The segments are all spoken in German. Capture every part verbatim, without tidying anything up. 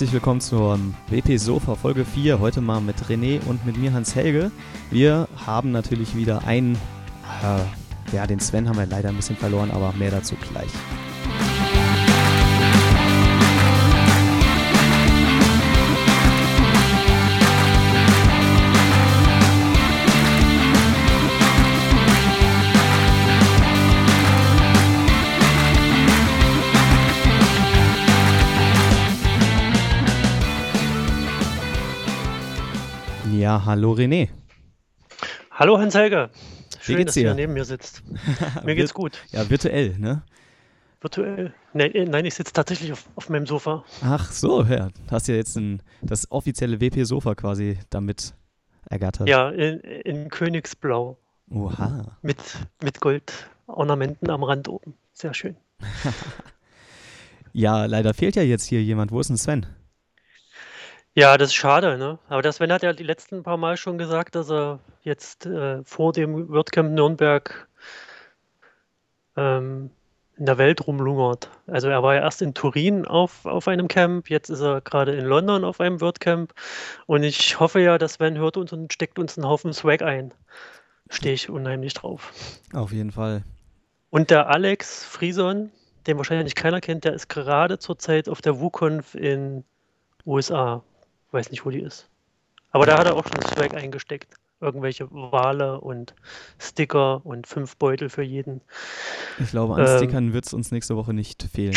Herzlich willkommen zur W P Sofa Folge vier, heute mal mit René und mit mir Hans-Helge. Wir haben natürlich wieder einen, äh, ja den Sven haben wir leider ein bisschen verloren, aber mehr dazu gleich. Ja, hallo René. Hallo Hans-Helge. Schön, Wie geht's dass dir? du hier neben mir sitzt. Mir geht's gut. Ja, virtuell, ne? Virtuell. Nein, äh, nein ich sitze tatsächlich auf, auf meinem Sofa. Ach so, ja. Du hast ja jetzt ein, das offizielle W P Sofa quasi damit ergattert. Ja, in, in Königsblau. Oha. Mit, mit Goldornamenten am Rand oben. Sehr schön. Ja, leider fehlt ja jetzt hier jemand. Wo ist denn Sven? Ja, das ist schade, ne? Aber der Sven hat ja die letzten paar Mal schon gesagt, dass er jetzt äh, vor dem WordCamp Nürnberg ähm, in der Welt rumlungert. Also er war ja erst in Turin auf, auf einem Camp, jetzt ist er gerade in London auf einem WordCamp und ich hoffe ja, dass Sven hört uns und steckt uns einen Haufen Swag ein. Stehe ich unheimlich drauf. Auf jeden Fall. Und der Alex Frieson, den wahrscheinlich keiner kennt, der ist gerade zurzeit auf der WooConf in U S A. Weiß nicht, wo die ist. Aber da hat er auch schon Swag eingesteckt. Irgendwelche Wale und Sticker und fünf Beutel für jeden. Ich glaube, an Ähm, Stickern wird es uns nächste Woche nicht fehlen.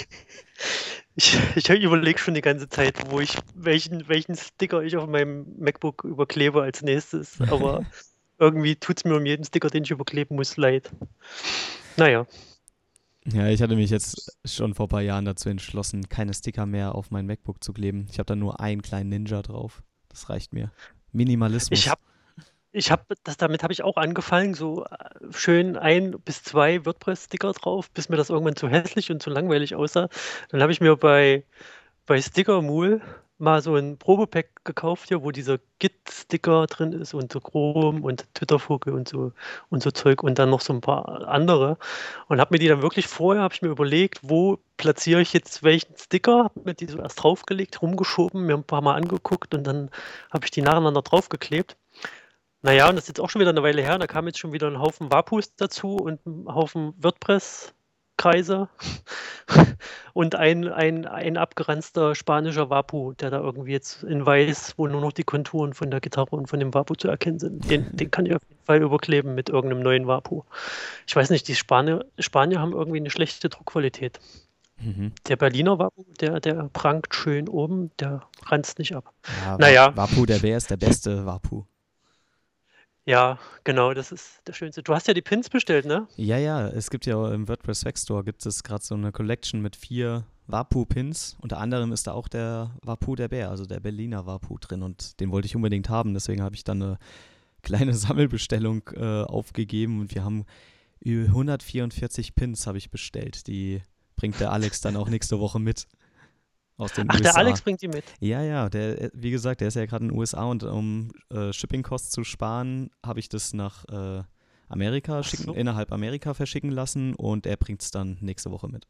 Ich, ich überlege schon die ganze Zeit, wo ich welchen, welchen Sticker ich auf meinem MacBook überklebe als nächstes. Aber irgendwie tut es mir um jeden Sticker, den ich überkleben muss, leid. Naja. Ja, ich hatte mich jetzt schon vor ein paar Jahren dazu entschlossen, keine Sticker mehr auf mein MacBook zu kleben. Ich habe da nur einen kleinen Ninja drauf. Das reicht mir. Minimalismus. Ich habe, ich habe, das damit habe ich auch angefangen, so äh, schön ein bis zwei WordPress-Sticker drauf, bis mir das irgendwann zu hässlich und zu langweilig aussah. Dann habe ich mir bei, bei Stickermule mal so ein Probepack gekauft hier, wo dieser Git-Sticker drin ist und so Chrome und Twittervogel und so und so Zeug und dann noch so ein paar andere und habe mir die dann wirklich vorher, habe ich mir überlegt, wo platziere ich jetzt welchen Sticker, habe mir die so erst draufgelegt, rumgeschoben, mir ein paar Mal angeguckt und dann habe ich die nacheinander draufgeklebt. Naja, und das ist jetzt auch schon wieder eine Weile her, da kam jetzt schon wieder ein Haufen Wapus dazu und ein Haufen WordPress-Kreise und ein, ein, ein abgeranzter spanischer Wapu, der da irgendwie jetzt in weiß, wo nur noch die Konturen von der Gitarre und von dem Wapu zu erkennen sind. Den, den kann ich auf jeden Fall überkleben mit irgendeinem neuen Wapu. Ich weiß nicht, die Spanier, Spanier haben irgendwie eine schlechte Druckqualität. Mhm. Der Berliner Wapu, der, der prangt schön oben, der ranzt nicht ab. Ja, Naja. Wapu, der Bär ist der beste Wapu. Ja, genau, das ist der schönste. Du hast ja die Pins bestellt, ne? Ja, ja, es gibt ja im WordPress Swag Store gibt es gerade so eine Collection mit vier Wapu-Pins. Unter anderem ist da auch der Wapu der Bär, also der Berliner Wapu drin und den wollte ich unbedingt haben. Deswegen habe ich dann eine kleine Sammelbestellung äh, aufgegeben und wir haben hundertvierundvierzig Pins habe ich bestellt. Die bringt der Alex dann auch nächste Woche mit. Aus den Ach, U S A. der Alex bringt die mit. Ja, ja, der, wie gesagt, der ist ja gerade in den U S A und um äh, Shipping-Costs zu sparen, habe ich das nach äh, Amerika schicken, so. innerhalb Amerika verschicken lassen und er bringt es dann nächste Woche mit.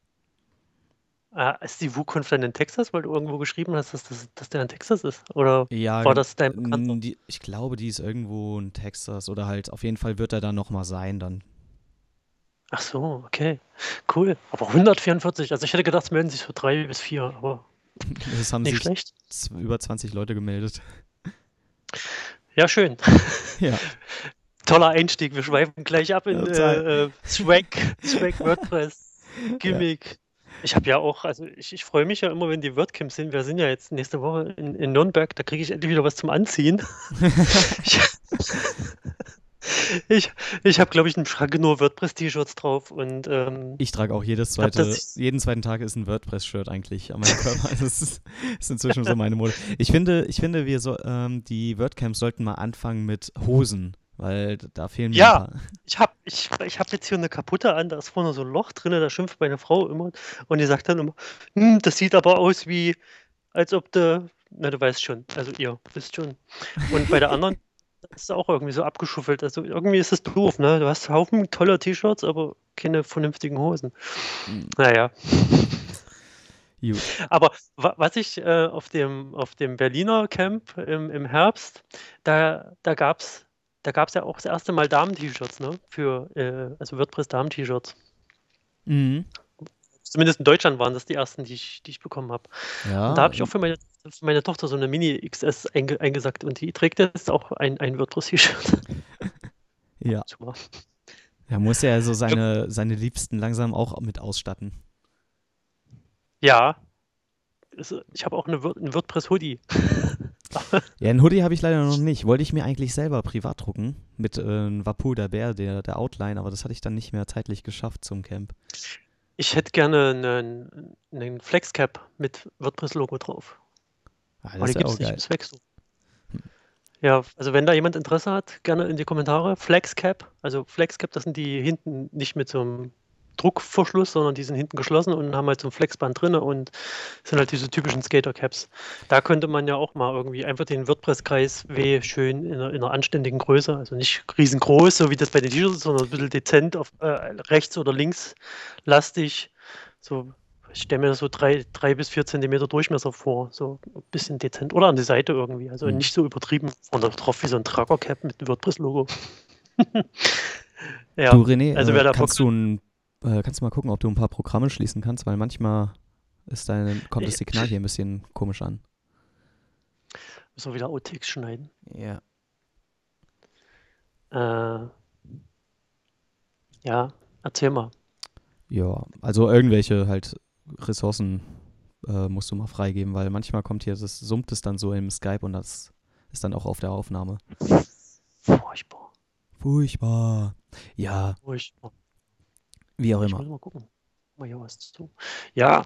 Ah, ist die WooConf dann in Texas, weil du irgendwo geschrieben hast, dass, das, dass der in Texas ist? Oder Ja, war das dein Bekannter? die, ich glaube, die ist irgendwo in Texas oder halt, auf jeden Fall wird er da nochmal sein dann. Ach so, okay. Cool. Aber hundertvierundvierzig, also ich hätte gedacht, es melden sich so drei bis vier, aber Es haben nicht sich schlecht. z- über zwanzig Leute gemeldet. Ja, schön. Ja. Toller Einstieg. Wir schweifen gleich ab in Ja, äh, total. äh, Swag, Swag WordPress, Gimmick. Ich habe ja auch, also ich, ich freue mich ja immer, wenn die WordCamps sind. Wir sind ja jetzt nächste Woche in, in Nürnberg, da kriege ich endlich wieder was zum Anziehen. ich ich, ich habe, glaube ich, im Schrank nur WordPress-T-Shirts drauf und ähm, Ich trage auch jedes glaub, zweite, das- jeden zweiten Tag ist ein WordPress-Shirt eigentlich an meinem Körper. Also das ist, ist inzwischen so meine Mode. Ich finde, ich finde, wir so, ähm, die WordCamps sollten mal anfangen mit Hosen, weil da fehlen mir Ja. ein paar. ich habe ich, ich hab jetzt hier eine kaputte an, da ist vorne so ein Loch drin, da schimpft meine Frau immer und die sagt dann immer, hm, das sieht aber aus wie, als ob du, na du weißt schon, also ihr wisst schon. Und bei der anderen ist es auch irgendwie so abgeschuffelt, also irgendwie ist es doof, ne? Du hast einen Haufen toller T-Shirts, aber keine vernünftigen Hosen. Hm. Naja, Gut. Aber wa was ich, äh, auf dem auf dem Berliner Camp im im Herbst, da da gab's da gab's ja auch das erste Mal Damen-T-Shirts, ne, für, äh also WordPress-Damen-T-Shirts. Mhm. Zumindest in Deutschland waren das die ersten, die ich die ich bekommen habe. Und da Ja, habe ich auch für meine für meine Tochter so 'ne Mini X S einge eingesackt und die trägt jetzt auch ein ein WordPress-T-Shirt. ja. Super. Er muss ja so Ja. seine, seine Liebsten langsam auch mit ausstatten. Ja, also, ich habe auch 'ne Word 'n WordPress-Hoodie. Ja, einen Hoodie habe ich leider noch nicht. Wollte ich mir eigentlich selber privat drucken mit äh, Wapuu der Bär, der, der Outline, aber das hatte ich dann nicht mehr zeitlich geschafft zum Camp. Ich hätte gerne 'nen 'nen Flexcap mit WordPress-Logo drauf. Ah, Aber das die ist ja gibt's auch nicht im geil. Swag-Store. Hm. Ja, also wenn da jemand Interesse hat, gerne in die Kommentare. Flexcap, also Flexcap, das sind die hinten nicht mit so 'nem Druckverschluss, sondern die sind hinten geschlossen und haben halt so 'n Flexband drinne und sind halt diese typischen Skater-Caps. Da könnte man ja auch mal irgendwie einfach den WordPress-Kreis W schön in 'ner in 'ner anständigen Größe, also nicht riesengroß, so wie das bei den T-Shirts ist, sondern 'n bisschen dezent auf äh, rechts oder links lastig. So, ich stelle mir das so drei drei bis vier Zentimeter Durchmesser vor, so 'n bisschen dezent oder an die Seite irgendwie, also Hm. nicht so übertrieben vorne drauf wie so 'n Trucker-Cap mit 'nem WordPress-Logo. Ja, Du René, also äh, wer da Bock kannst hat du ein, äh, kannst du mal gucken, ob du ein paar Programme schließen kannst, weil manchmal ist dein, kommt das ich Signal hier ein bisschen komisch an. müssen wir wieder Outtakes schneiden. Ja. Äh, ja, erzähl mal. Ja, also irgendwelche halt Ressourcen äh, musst du mal freigeben, weil manchmal kommt hier, das summt es dann so im Skype und das ist dann auch auf der Aufnahme. Furchtbar, Furchtbar. Ja, furchtbar. wie auch Ich immer. muss mal gucken. Mal hier was zu. Ja,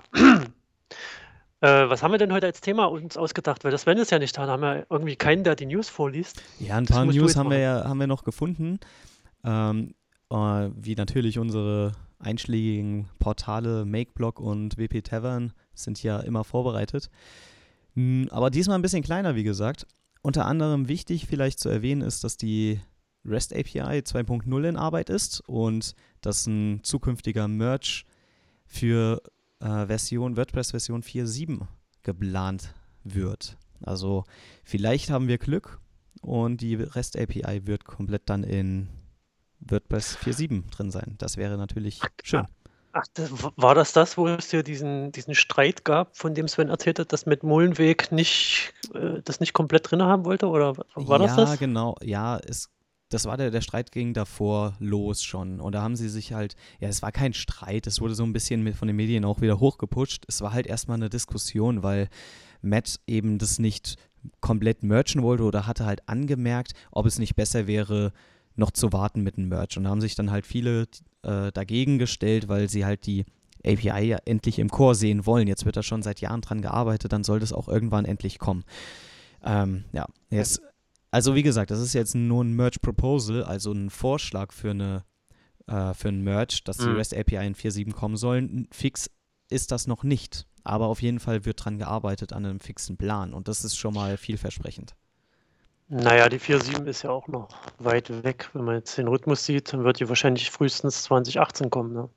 äh, was haben wir denn heute als Thema uns ausgedacht? Weil der Sven ist ja nicht da, da haben wir irgendwie keinen, der die News vorliest. Ja, ein Das paar musst du News jetzt haben wir machen. ja haben wir noch gefunden. Ähm, äh, wie natürlich unsere einschlägigen Portale MakeBlock und W P Tavern sind ja immer vorbereitet. Hm, aber diesmal ein bisschen kleiner, wie gesagt. Unter anderem wichtig vielleicht zu erwähnen ist, dass die REST A P I zwei Punkt null in Arbeit ist und dass ein zukünftiger Merge für äh, Version WordPress Version vier Punkt sieben geplant wird. Also vielleicht haben wir Glück und die REST A P I wird komplett dann in WordPress vier Punkt sieben drin sein. Das wäre natürlich schön. Ach, das, war das das, wo es hier diesen, diesen Streit gab, von dem Sven erzählt hat, dass mit Molenweg nicht, äh, das nicht komplett drin haben wollte? Oder war das Ja, das? genau. Ja, es, das war der, der Streit ging davor los schon. Und da haben sie sich halt, ja, es war kein Streit, es wurde so ein bisschen mit, von den Medien auch wieder hochgeputscht. Es war halt erstmal eine Diskussion, weil Matt eben das nicht komplett merchen wollte oder hatte halt angemerkt, ob es nicht besser wäre, noch zu warten mit dem Merch. Und da haben sich dann halt viele äh, dagegen gestellt, weil sie halt die A P I ja endlich im Core sehen wollen. Jetzt wird da schon seit Jahren dran gearbeitet, dann soll das auch irgendwann endlich kommen. Ähm, ja, jetzt, also wie gesagt, das ist jetzt nur ein Merge Proposal, also ein Vorschlag für eine äh, für ein Merge, dass die Hm. REST A P I in vier Punkt sieben kommen sollen. Fix ist das noch nicht, aber auf jeden Fall wird dran gearbeitet an einem fixen Plan und das ist schon mal vielversprechend. Naja, die vier Punkt sieben ist ja auch noch weit weg. Wenn man jetzt den Rhythmus sieht, dann wird die wahrscheinlich frühestens zwanzig achtzehn kommen, ne?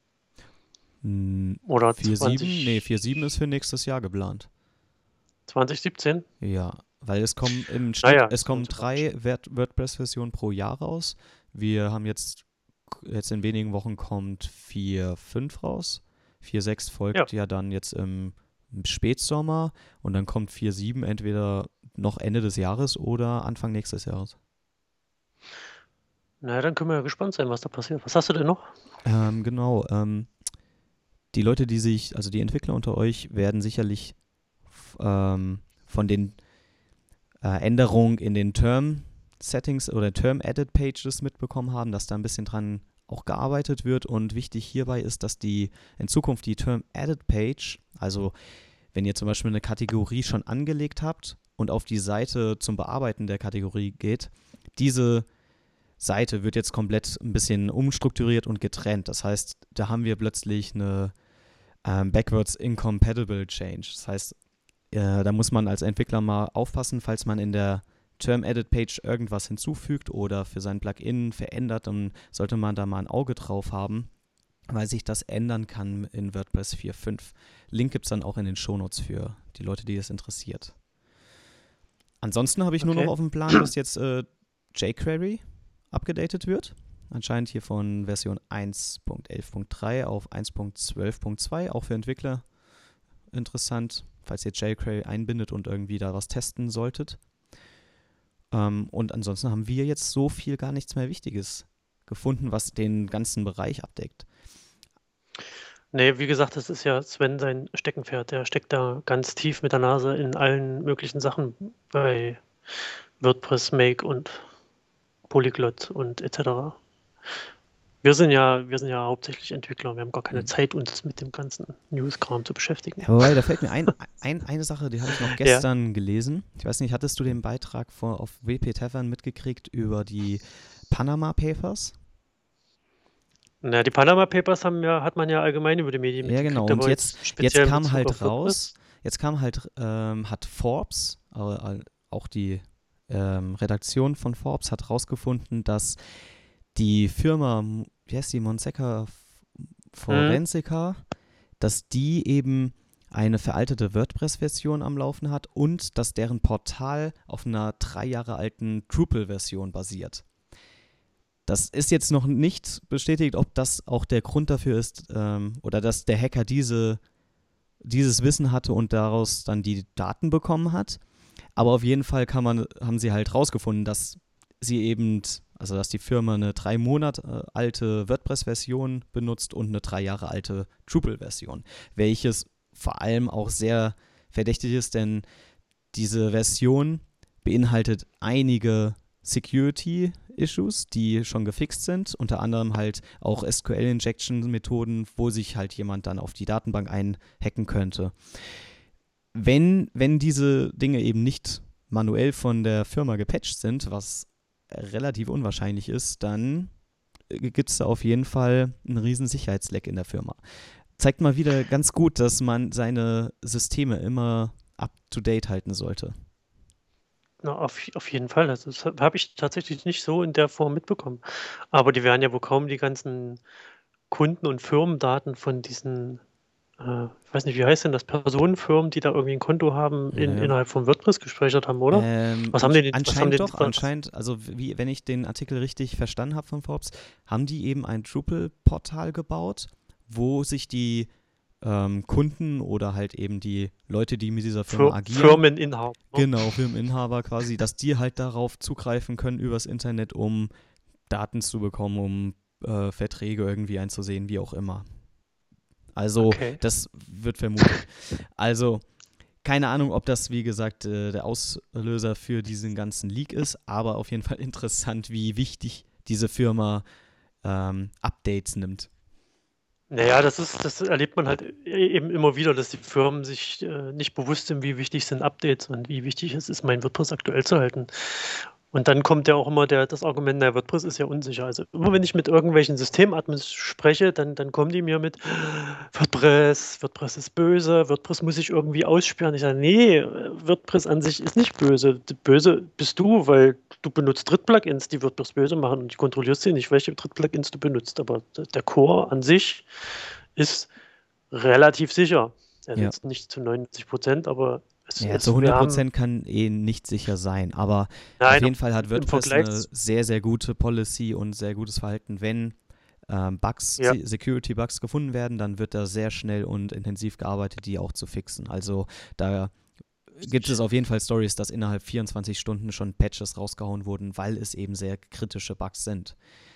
Hm, Oder vier Punkt sieben? Nee, zwanzig, vier Punkt sieben ist für nächstes Jahr geplant. zwanzig siebzehn? Ja, weil es kommen im Schnitt, Naja, es ist kommen nicht so drei WordPress-Versionen pro Jahr raus. Wir haben jetzt, jetzt in wenigen Wochen kommt vier Punkt fünf raus. vier Punkt sechs folgt ja, ja dann jetzt im, im Spätsommer und dann kommt vier Punkt sieben entweder noch Ende des Jahres oder Anfang nächstes Jahres. Na, dann können wir ja gespannt sein, was da passiert. Was hast du denn noch? Ähm, genau, ähm, die Leute, die sich, also die Entwickler unter euch, werden sicherlich f- ähm, von den äh, Änderungen in den Term-Settings oder Term-Edit-Pages mitbekommen haben, dass da ein bisschen dran auch gearbeitet wird. Und wichtig hierbei ist, dass die in Zukunft die Term-Edit-Page, also wenn ihr zum Beispiel eine Kategorie schon angelegt habt und auf die Seite zum Bearbeiten der Kategorie geht, diese Seite wird jetzt komplett ein bisschen umstrukturiert und getrennt. Das heißt, da haben wir plötzlich eine ähm, Backwards Incompatible Change. Das heißt, äh, da muss man als Entwickler mal aufpassen, falls man in der Term-Edit-Page irgendwas hinzufügt oder für sein Plugin verändert, dann sollte man da mal ein Auge drauf haben. weil sich das ändern kann in WordPress vier Punkt fünf. Link gibt es dann auch in den Shownotes für die Leute, die es interessiert. Ansonsten habe ich nur Okay. noch auf dem Plan, dass jetzt äh, jQuery abgedatet wird. Anscheinend hier von Version eins Punkt elf Punkt drei auf eins Punkt zwölf Punkt zwei, auch für Entwickler interessant, falls ihr jQuery einbindet und irgendwie da was testen solltet. Ähm, und ansonsten haben wir jetzt so viel gar nichts mehr Wichtiges gefunden, was den ganzen Bereich abdeckt. Nee, wie gesagt, das ist ja Sven sein Steckenpferd. Der steckt da ganz tief mit der Nase in allen möglichen Sachen bei WordPress, Make und Polyglot und et cetera. Wir sind ja, wir sind ja hauptsächlich Entwickler. Wir haben gar keine Mhm. Zeit, uns mit dem ganzen News-Kram zu beschäftigen. Ja, wobei, da fällt mir ein, ein, eine Sache, die habe ich noch gestern gelesen. Ich weiß nicht, hattest du den Beitrag vor, auf W P Tavern mitgekriegt über die Panama Papers? Na, die Panama Papers haben ja, hat man ja allgemein über die Medien Ja, mitgekriegt, genau. Und aber jetzt, jetzt speziell in kam Bezug halt auf WordPress. raus, jetzt kam halt, ähm, hat Forbes, äh, auch die ähm, Redaktion von Forbes hat rausgefunden, dass die Firma, wie heißt die, Monseca Forensica, dass die eben eine veraltete WordPress-Version am Laufen hat und dass deren Portal auf einer drei Jahre alten Drupal-Version basiert. Das ist jetzt noch nicht bestätigt, ob das auch der Grund dafür ist, ähm, oder dass der Hacker diese, dieses Wissen hatte und daraus dann die Daten bekommen hat. Aber auf jeden Fall kann man, haben sie halt rausgefunden, dass sie eben, also dass die Firma eine drei Monate alte WordPress-Version benutzt und eine drei Jahre alte Drupal-Version, welches vor allem auch sehr verdächtig ist, denn diese Version beinhaltet einige Security-Issues, die schon gefixt sind, unter anderem halt auch S Q L-Injection-Methoden, wo sich halt jemand dann auf die Datenbank einhacken könnte. Wenn, wenn diese Dinge eben nicht manuell von der Firma gepatcht sind, was relativ unwahrscheinlich ist, dann gibt es da auf jeden Fall einen riesen Sicherheitsleck in der Firma. Zeigt mal wieder ganz gut, dass man seine Systeme immer up-to-date halten sollte. Na, auf, auf jeden Fall. Das, das habe ich tatsächlich nicht so in der Form mitbekommen. Aber die werden ja wohl kaum die ganzen Kunden- und Firmendaten von diesen, äh, ich weiß nicht, wie heißt denn das, Personenfirmen, die da irgendwie ein Konto haben, in, Ja. innerhalb von WordPress gespeichert haben, oder? Ähm, Was haben die denn- was anscheinend haben die doch, denn- anscheinend, also wie, wenn ich den Artikel richtig verstanden habe von Forbes, haben die eben ein Drupal-Portal gebaut, wo sich die ähm, Kunden oder halt eben die Leute, die mit dieser Firma Fir agieren, Firmeninhaber. ne? genau, Firmeninhaber quasi, dass die halt darauf zugreifen können übers Internet, um Daten zu bekommen, um äh, Verträge irgendwie einzusehen, wie auch immer. Also, Okay. das wird vermutet. Also, keine Ahnung, ob das, wie gesagt, äh, der Auslöser für diesen ganzen Leak ist, aber auf jeden Fall interessant, wie wichtig diese Firma ähm, Updates nimmt. Naja, das ist, das erlebt man halt e- eben immer wieder, dass die Firmen sich äh, nicht bewusst sind, wie wichtig sind Updates und wie wichtig es ist, mein WordPress aktuell zu halten. Und dann kommt ja auch immer der, das Argument, na, WordPress ist ja unsicher. Also immer wenn ich mit irgendwelchen Systemadmins spreche, dann, dann kommen die mir mit WordPress, WordPress ist böse, WordPress muss ich irgendwie aussperren. Ich sage, nee, WordPress an sich ist nicht böse. Böse bist du, weil du benutzt Drittplugins, die WordPress böse machen und du kontrollierst sie nicht, welche Drittplugins du benutzt. Aber der Core an sich ist relativ sicher. Also Ja. jetzt nicht zu neunundneunzig Prozent, aber es, Ja, es, zu wir hundert haben, Prozent kann eh nicht sicher sein, aber auf nein, jeden Fall hat im WordPress Vergleich eine zu- sehr, sehr gute Policy und sehr gutes Verhalten. Wenn ähm, Bugs, Ja. Se- Security-Bugs gefunden werden, dann wird da sehr schnell und intensiv gearbeitet, die auch zu fixen. Also da gibt es auf jeden Fall Stories, dass innerhalb vierundzwanzig Stunden schon Patches rausgehauen wurden, weil es eben sehr kritische Bugs sind.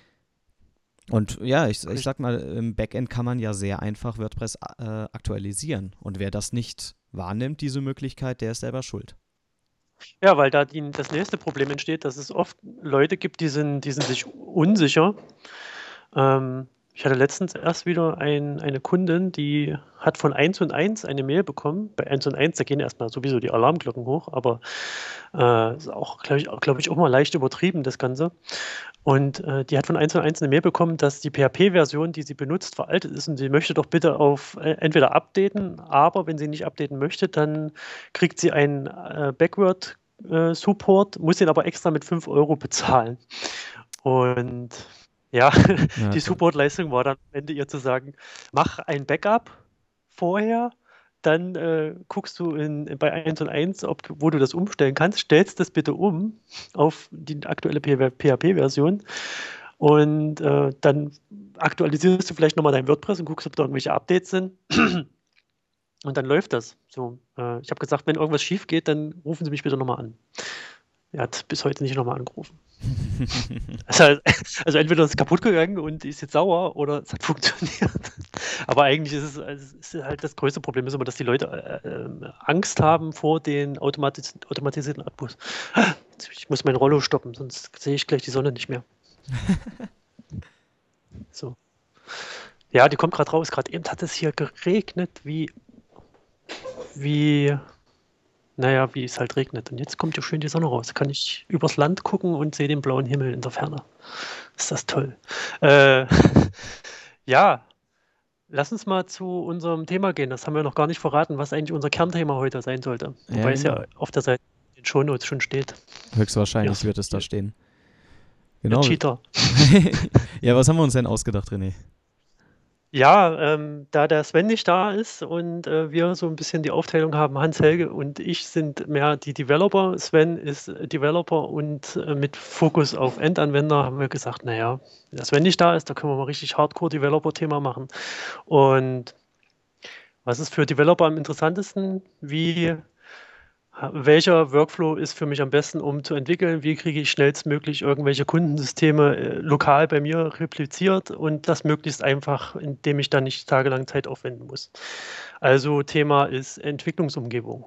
Und ja, ich, ich sag mal, im Backend kann man ja sehr einfach WordPress äh, aktualisieren. Und wer das nicht wahrnimmt, diese Möglichkeit, der ist selber schuld. Ja, weil da die, das nächste Problem entsteht, dass es oft Leute gibt, die sind, die sind sich unsicher. Ähm, ich hatte letztens erst wieder ein, eine Kundin, die hat von eins und eins eine Mail bekommen. Bei eins und eins, da gehen erstmal sowieso die Alarmglocken hoch, aber äh, ist auch, glaube ich, auch, glaub ich, auch mal leicht übertrieben, das Ganze. Und äh, die hat von eins und eins eine Mail bekommen, dass die P H P-Version, die sie benutzt, veraltet ist und sie möchte doch bitte auf äh, entweder updaten, aber wenn sie nicht updaten möchte, dann kriegt sie einen äh, Backward-Support, muss den aber extra mit fünf Euro bezahlen. Und Ja, Ja, die klar. Supportleistung war dann am Ende ihr zu sagen, mach ein Backup vorher, dann äh, guckst du in, bei eins und eins, ob, wo du das umstellen kannst, stellst das bitte um auf die aktuelle P H P-Version und äh, dann aktualisierst du vielleicht nochmal dein WordPress und guckst, ob da irgendwelche Updates sind und dann läuft das. So, äh, ich habe gesagt, wenn irgendwas schief geht, dann rufen Sie mich bitte nochmal an. Er hat bis heute nicht nochmal angerufen. Also, also entweder ist es kaputt gegangen und die ist jetzt sauer oder es hat funktioniert. Aber eigentlich ist es, also es ist halt das größte Problem ist immer, dass die Leute äh, äh, Angst haben vor den automatis automatisierten Abos. Ich muss mein Rollo stoppen, sonst sehe ich gleich die Sonne nicht mehr. So. Ja, die kommt gerade raus. Gerade eben hat es hier geregnet, wie, wie, naja, wie es halt regnet. Und jetzt kommt ja schön die Sonne raus. Kann ich übers Land gucken und sehe den blauen Himmel in der Ferne. Ist das toll. Äh, ja, lass uns mal zu unserem Thema gehen. Das haben wir noch gar nicht verraten, was eigentlich unser Kernthema heute sein sollte. Ja, Wobei es ja genau. auf der Seite in den Shownotes schon steht. Ja, Höchstwahrscheinlich wird es da ihr, stehen. ihr Genau. Cheater. Ja, was haben wir uns denn ausgedacht, René? Ja, ähm, da der Sven nicht da ist und äh, wir so ein bisschen die Aufteilung haben, Hans Helge und ich sind mehr die Developer. Sven ist Developer und äh, mit Fokus auf Endanwender haben wir gesagt, naja, wenn der Sven nicht da ist, da können wir mal richtig Hardcore-Developer-Thema machen. Und was ist für Developer am interessantesten? Wie welcher Workflow ist für mich am besten, um zu entwickeln? Wie kriege ich schnellstmöglich irgendwelche Kundensysteme äh, lokal bei mir repliziert und das möglichst einfach, indem ich dann nicht tagelang Zeit aufwenden muss? Also Thema ist Entwicklungsumgebung.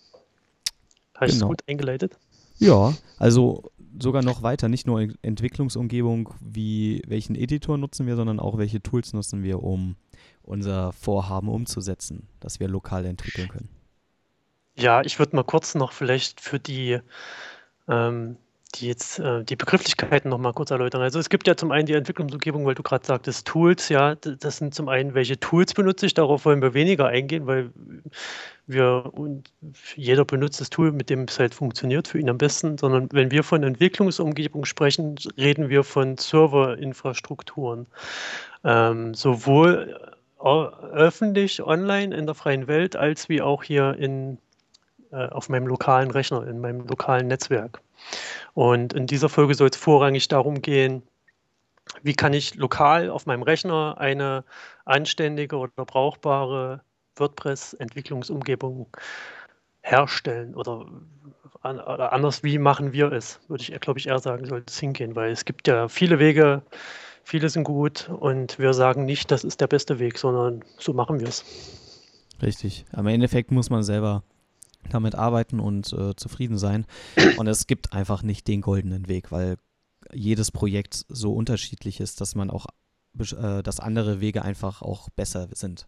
Habe ich es Genau. gut eingeleitet? Ja, also sogar noch weiter, nicht nur Ent- Entwicklungsumgebung, wie welchen Editor nutzen wir, sondern auch welche Tools nutzen wir, um unser Vorhaben umzusetzen, dass wir lokal entwickeln können. Ja, ich würde mal kurz noch vielleicht für die ähm, die jetzt äh, die Begrifflichkeiten noch mal kurz erläutern. Also es gibt ja zum einen die Entwicklungsumgebung, weil du gerade sagtest, Tools, ja, d- das sind zum einen, welche Tools benutze ich, darauf wollen wir weniger eingehen, weil wir und jeder benutzt das Tool, mit dem es halt funktioniert, für ihn am besten, sondern wenn wir von Entwicklungsumgebung sprechen, reden wir von Serverinfrastrukturen. Ähm, sowohl äh, öffentlich, online in der freien Welt, als wie auch hier in, äh, auf meinem lokalen Rechner, in meinem lokalen Netzwerk. Und in dieser Folge soll es vorrangig darum gehen, wie kann ich lokal auf meinem Rechner eine anständige oder brauchbare WordPress-Entwicklungsumgebung herstellen oder, an, oder anders, wie machen wir es, würde ich, glaube ich, eher sagen, sollte es hingehen, weil es gibt ja viele Wege, viele sind gut und wir sagen nicht, das ist der beste Weg, sondern so machen wir es. Richtig. Am Endeffekt muss man selber damit arbeiten und äh, zufrieden sein. Und es gibt einfach nicht den goldenen Weg, weil jedes Projekt so unterschiedlich ist, dass man auch, besch- äh, dass andere Wege einfach auch besser sind.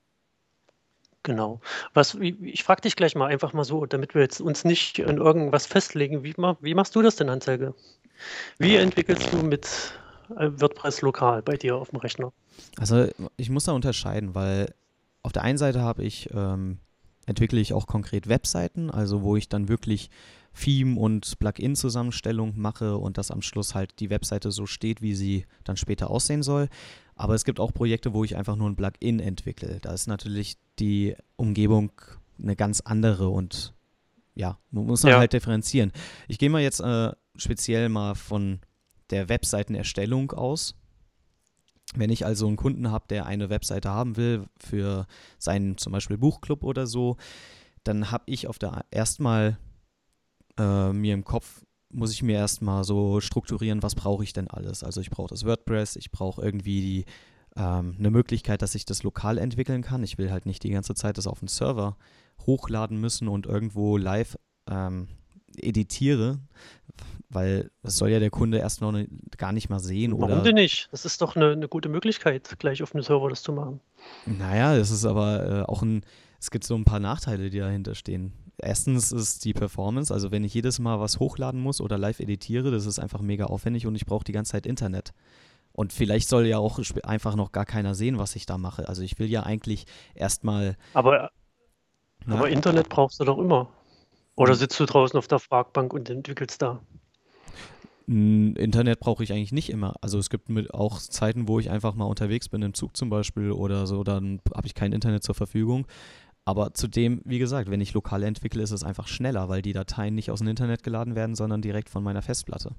Genau. Was, wie, ich frage dich gleich mal einfach mal so, damit wir jetzt uns nicht in irgendwas festlegen. Wie, ma, wie machst du das denn, Hans-Helge? Wie entwickelst du mit äh, WordPress lokal bei dir auf dem Rechner? Also ich muss da unterscheiden, weil auf der einen Seite habe ich, ähm, entwickle ich auch konkret Webseiten, also wo ich dann wirklich Theme- und Plugin-Zusammenstellung mache und dass am Schluss halt die Webseite so steht, wie sie dann später aussehen soll. Aber es gibt auch Projekte, wo ich einfach nur ein Plugin entwickle. Da ist natürlich die Umgebung eine ganz andere und ja, man muss dann Ja, halt differenzieren. Ich gehe mal jetzt äh, speziell mal von der Webseitenerstellung aus. Wenn ich also einen Kunden habe, der eine Webseite haben will für seinen zum Beispiel Buchclub oder so, dann habe ich auf der erstmal äh, mir im Kopf, muss ich mir erstmal so strukturieren, was brauche ich denn alles. Also ich brauche das WordPress, ich brauche irgendwie die, ähm, eine Möglichkeit, dass ich das lokal entwickeln kann. Ich will halt nicht die ganze Zeit das auf den Server hochladen müssen und irgendwo live ähm, editiere, weil das soll ja der Kunde erst noch ne, gar nicht mal sehen warum oder denn nicht? Das ist doch eine, eine gute Möglichkeit, gleich auf dem Server das zu machen. naja, es ist aber äh, auch ein, es gibt so ein paar Nachteile, die dahinter stehen. Erstens ist die Performance, also wenn ich jedes Mal was hochladen muss oder live editiere, das ist einfach mega aufwendig und ich brauche die ganze Zeit Internet. Und vielleicht soll ja auch sp- einfach noch gar keiner sehen, was ich da mache. Also ich will ja eigentlich erstmal, Aber, na, aber Internet brauchst du doch immer. Oder n- sitzt du draußen auf der Parkbank und entwickelst da? N- Internet brauche ich eigentlich nicht immer. Also es gibt mit auch Zeiten, wo ich einfach mal unterwegs bin, im Zug zum Beispiel oder so, dann habe ich kein Internet zur Verfügung. Aber zudem, wie gesagt, wenn ich lokal entwickle, ist es einfach schneller, weil die Dateien nicht aus dem Internet geladen werden, sondern direkt von meiner Festplatte.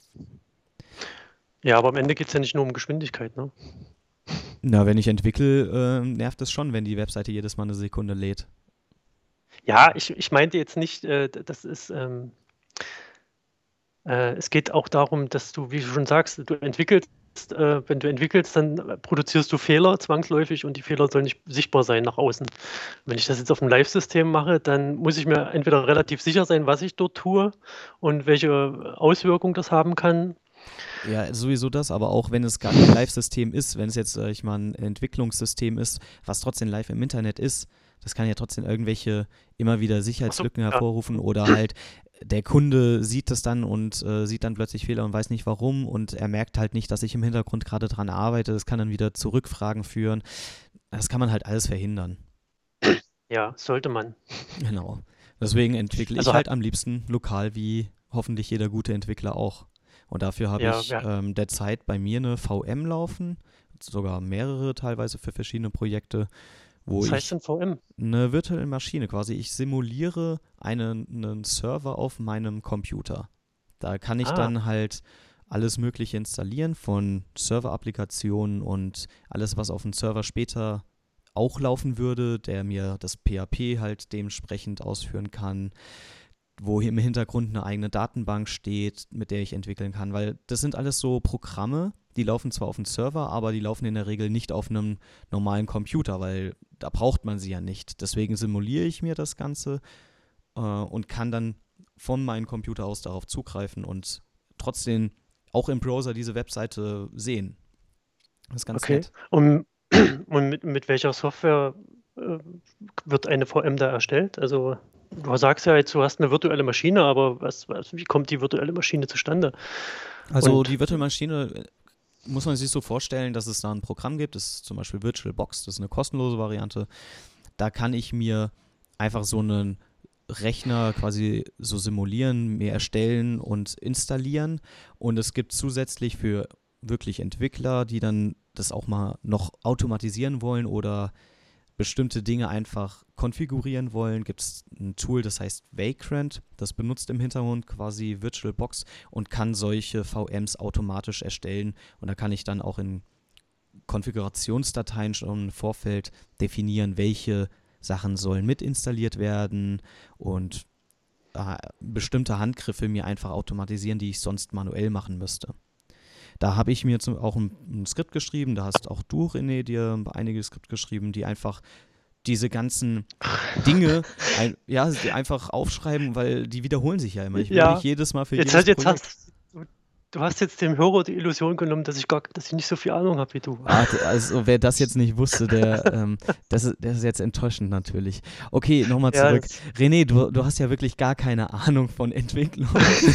Ja, aber am Ende geht es ja nicht nur um Geschwindigkeit, ne? Na, wenn ich entwickle, äh, nervt es schon, wenn die Webseite jedes Mal eine Sekunde lädt. Ja, ich, ich meinte jetzt nicht, äh, das ist, ähm, äh, es geht auch darum, dass du, wie du schon sagst, du entwickelst, äh, wenn du entwickelst, dann äh, produzierst du Fehler zwangsläufig und die Fehler sollen nicht sichtbar sein nach außen. Wenn ich das jetzt auf dem Live-System mache, dann muss ich mir entweder relativ sicher sein, was ich dort tue und welche Auswirkung das haben kann. Ja, sowieso das, aber auch wenn es gar kein Live-System ist, wenn es jetzt, äh, ich mal ein Entwicklungssystem ist, was trotzdem live im Internet ist, das kann ja trotzdem irgendwelche immer wieder Ach so, Sicherheitslücken ja. hervorrufen oder halt der Kunde sieht das dann und äh, sieht dann plötzlich Fehler und weiß nicht warum und er merkt halt nicht, dass ich im Hintergrund gerade dran arbeite. Das kann dann wieder zu Rückfragen führen. Das kann man halt alles verhindern. Ja, sollte man. Genau. Deswegen entwickle Also ich halt, halt am liebsten lokal, wie hoffentlich jeder gute Entwickler auch. Und dafür habe ja, ich ja. ähm, derzeit bei mir eine V M laufen, sogar mehrere teilweise für verschiedene Projekte, wo Was heißt ich denn V M? eine virtuelle Maschine quasi, ich simuliere einen, einen Server auf meinem Computer. Da kann ich Ah, dann halt alles Mögliche installieren von Server-Applikationen und alles, was auf dem Server später auch laufen würde, der mir das P H P halt dementsprechend ausführen kann, wo hier im Hintergrund eine eigene Datenbank steht, mit der ich entwickeln kann, weil das sind alles so Programme, die laufen zwar auf dem Server, aber die laufen in der Regel nicht auf einem normalen Computer, weil da braucht man sie ja nicht. Deswegen simuliere ich mir das Ganze äh, und kann dann von meinem Computer aus darauf zugreifen und trotzdem auch im Browser diese Webseite sehen. Das ist ganz okay. nett. Und, und mit, mit welcher Software äh, wird eine V M da erstellt? Also du sagst ja jetzt, du hast eine virtuelle Maschine, aber was, was, wie kommt die virtuelle Maschine zustande? Also Und die Virtual Maschine äh, muss man sich so vorstellen, dass es da ein Programm gibt, das ist zum Beispiel VirtualBox, das ist eine kostenlose Variante. Da kann ich mir einfach so einen Rechner quasi so simulieren, mir erstellen und installieren. Und es gibt zusätzlich für wirklich Entwickler, die dann das auch mal noch automatisieren wollen oder bestimmte Dinge einfach konfigurieren wollen, gibt es ein Tool, das heißt Vagrant. Das benutzt im Hintergrund quasi VirtualBox und kann solche V Ms automatisch erstellen. Und da kann ich dann auch in Konfigurationsdateien schon im Vorfeld definieren, welche Sachen sollen mit installiert werden und äh, bestimmte Handgriffe mir einfach automatisieren, die ich sonst manuell machen müsste. Da habe ich mir zum, auch ein, ein Skript geschrieben, da hast auch du, René, dir einige Skript geschrieben, die einfach diese ganzen Dinge ein, ja, die einfach aufschreiben, weil die wiederholen sich ja immer. Ich will nicht ja, jedes Mal für jetzt jedes halt, jetzt Projekt. hast du, du hast jetzt dem Hörer die Illusion genommen, dass ich gar, dass ich nicht so viel Ahnung habe wie du. Ah, also wer das jetzt nicht wusste, der, ähm, das, ist, das ist jetzt enttäuschend natürlich. Okay, nochmal Ja, zurück. das, René, du, du hast ja wirklich gar keine Ahnung von Entwicklung.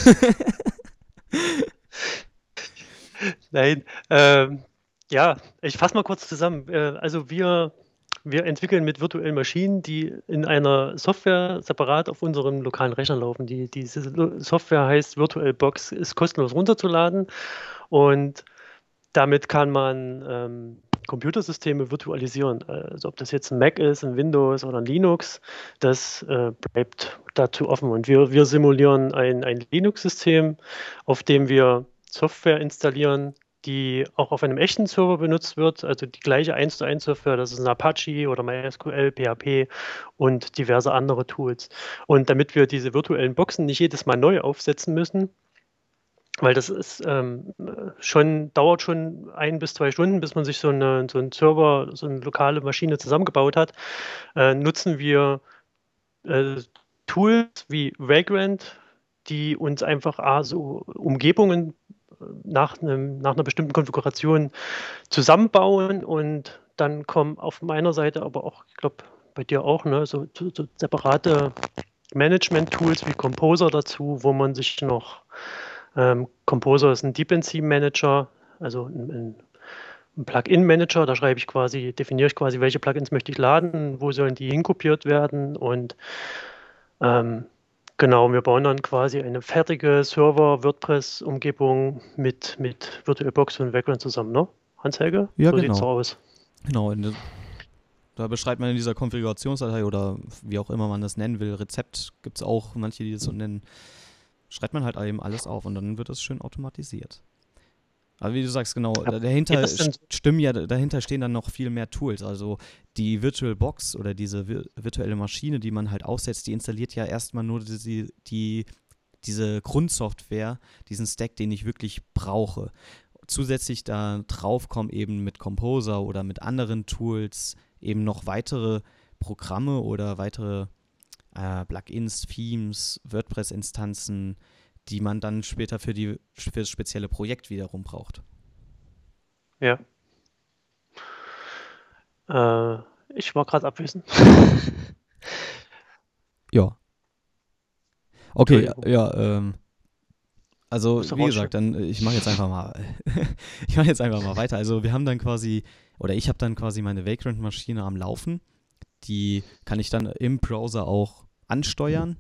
nein. Ähm, ja, ich fasse mal kurz zusammen. Äh, also wir, wir entwickeln mit virtuellen Maschinen, die in einer Software separat auf unserem lokalen Rechner laufen. Die, diese Lo- Software heißt VirtualBox, ist kostenlos runterzuladen und damit kann man ähm, Computersysteme virtualisieren. Also ob das jetzt ein Mac ist, ein Windows oder ein Linux, das äh, bleibt dazu offen. Und wir, wir simulieren ein, ein Linux-System, auf dem wir Software installieren, die auch auf einem echten Server benutzt wird, also die gleiche eins zu eins Software, das ist ein Apache oder MySQL, P H P und diverse andere Tools. Und damit wir diese virtuellen Boxen nicht jedes Mal neu aufsetzen müssen, weil das ist ähm, schon, dauert schon ein bis zwei Stunden, bis man sich so eine, so einen Server, so eine lokale Maschine zusammengebaut hat, äh, nutzen wir äh, Tools wie Vagrant, die uns einfach ah, so Umgebungen äh, nach, einem, nach einer bestimmten Konfiguration zusammenbauen und dann kommen auf meiner Seite, aber auch, ich glaube, bei dir auch, ne, so, so, so separate Management-Tools wie Composer dazu, wo man sich noch ähm, Composer ist ein Dependency Manager, also ein, ein, ein Plugin-Manager. Da schreibe ich quasi, definiere ich quasi, welche Plugins möchte ich laden, wo sollen die hinkopiert werden und ähm, Genau, wir bauen dann quasi eine fertige Server-WordPress-Umgebung mit, mit VirtualBox und Vagrant zusammen, ne? Hans-Helge? Ja, So sieht's genau. aus. Genau. In, da beschreibt man in dieser Konfigurationsdatei oder wie auch immer man das nennen will, Rezept gibt es auch, manche, die das so nennen, schreibt man halt eben alles auf und dann wird das schön automatisiert. Aber wie du sagst, genau, Ja, geht dahinter das denn? stimmen ja, dahinter stehen dann noch viel mehr Tools. Also die VirtualBox oder diese vir virtuelle Maschine, die man halt aufsetzt, die installiert ja erstmal nur die, die, diese Grundsoftware, diesen Stack, den ich wirklich brauche. Zusätzlich da drauf kommen eben mit Composer oder mit anderen Tools eben noch weitere Programme oder weitere äh, Plugins, Themes, WordPress-Instanzen, die man dann später für, die, für das spezielle Projekt wiederum braucht. Ja. Äh, ich war gerade abwesend. Ja. Okay, Entschuldigung. ja, ähm, also Musst du wie gesagt, rausschneiden. dann ich mache jetzt einfach mal, ich mache jetzt einfach mal weiter. Also wir haben dann quasi, oder ich habe dann quasi meine Vagrant-Maschine am Laufen. Die kann ich dann im Browser auch ansteuern.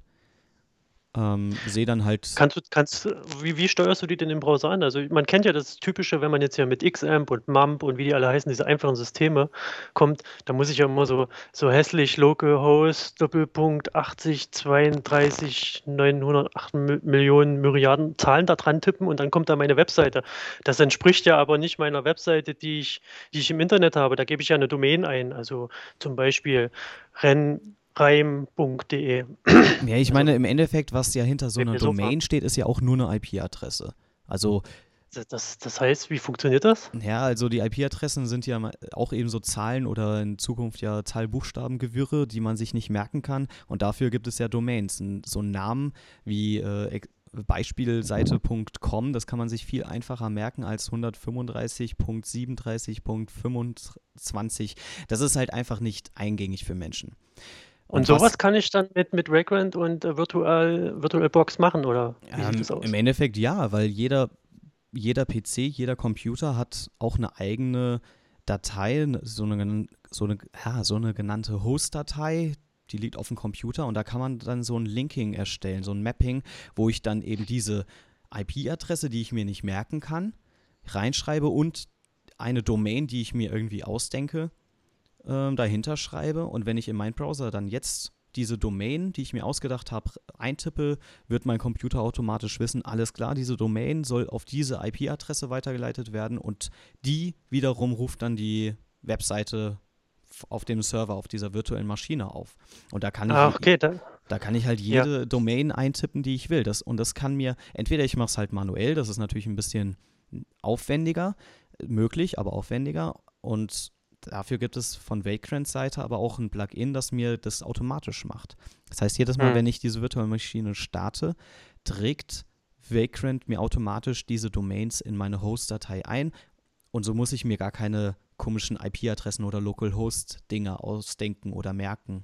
Ähm, sehe dann halt, Kannst du, kannst, wie, wie steuerst du die denn im Browser an? Also man kennt ja das Typische, wenn man jetzt ja mit Xampp und Mump und wie die alle heißen, diese einfachen Systeme kommt, da muss ich ja immer so, so hässlich localhost, Doppelpunkt, achtzig, zweiunddreißig, neunhundertacht Millionen Myriaden Zahlen da dran tippen und dann kommt da meine Webseite. Das entspricht ja aber nicht meiner Webseite, die ich, die ich im Internet habe. Da gebe ich ja eine Domain ein, also zum Beispiel renn reim punkt de. ja, ich Also meine im Endeffekt, was ja hinter so einer Sofa. Domain steht, ist ja auch nur eine I P-Adresse. Also Das, das, das heißt, wie funktioniert das? ja, also die I P-Adressen sind ja ma- auch eben so Zahlen oder in Zukunft ja Zahlbuchstabengewirre, die man sich nicht merken kann. Und dafür gibt es ja Domains. N- So einen Namen wie äh, ex- beispielseite punkt com, das kann man sich viel einfacher merken als hundertfünfunddreißig Punkt siebenunddreißig Punkt fünfundzwanzig. Das ist halt einfach nicht eingängig für Menschen. Und Und sowas was kann ich dann mit, mit Vagrant und äh, Virtual, VirtualBox machen, oder wie sieht ähm, das im aus? Endeffekt ja, weil jeder jeder P C, jeder Computer hat auch eine eigene Datei, so eine, so eine, ja, so eine genannte Host-Datei, die liegt auf dem Computer und da kann man dann so ein Linking erstellen, so ein Mapping, wo ich dann eben diese I P-Adresse, die ich mir nicht merken kann, reinschreibe und eine Domain, die ich mir irgendwie ausdenke, ähm, dahinter schreibe. Und wenn ich in meinen Browser dann jetzt diese Domain, die ich mir ausgedacht habe, eintippe, wird mein Computer automatisch wissen, alles klar, diese Domain soll auf diese I P-Adresse weitergeleitet werden und die wiederum ruft dann die Webseite auf dem Server, auf dieser virtuellen Maschine auf. Und da kann Ah, ich, okay, da, da kann ich halt ja. jede Domain eintippen, die ich will. Das, und das kann mir, entweder ich mache es halt manuell, das ist natürlich ein bisschen aufwendiger, möglich, aber aufwendiger. Und dafür gibt es von Vagrants Seite aber auch ein Plugin, das mir das automatisch macht. Das heißt, jedes Mal, Hm. wenn ich diese virtuelle Maschine starte, trägt Vagrant mir automatisch diese Domains in meine Host-Datei ein und so muss ich mir gar keine komischen I P-Adressen oder Localhost-Dinger ausdenken oder merken.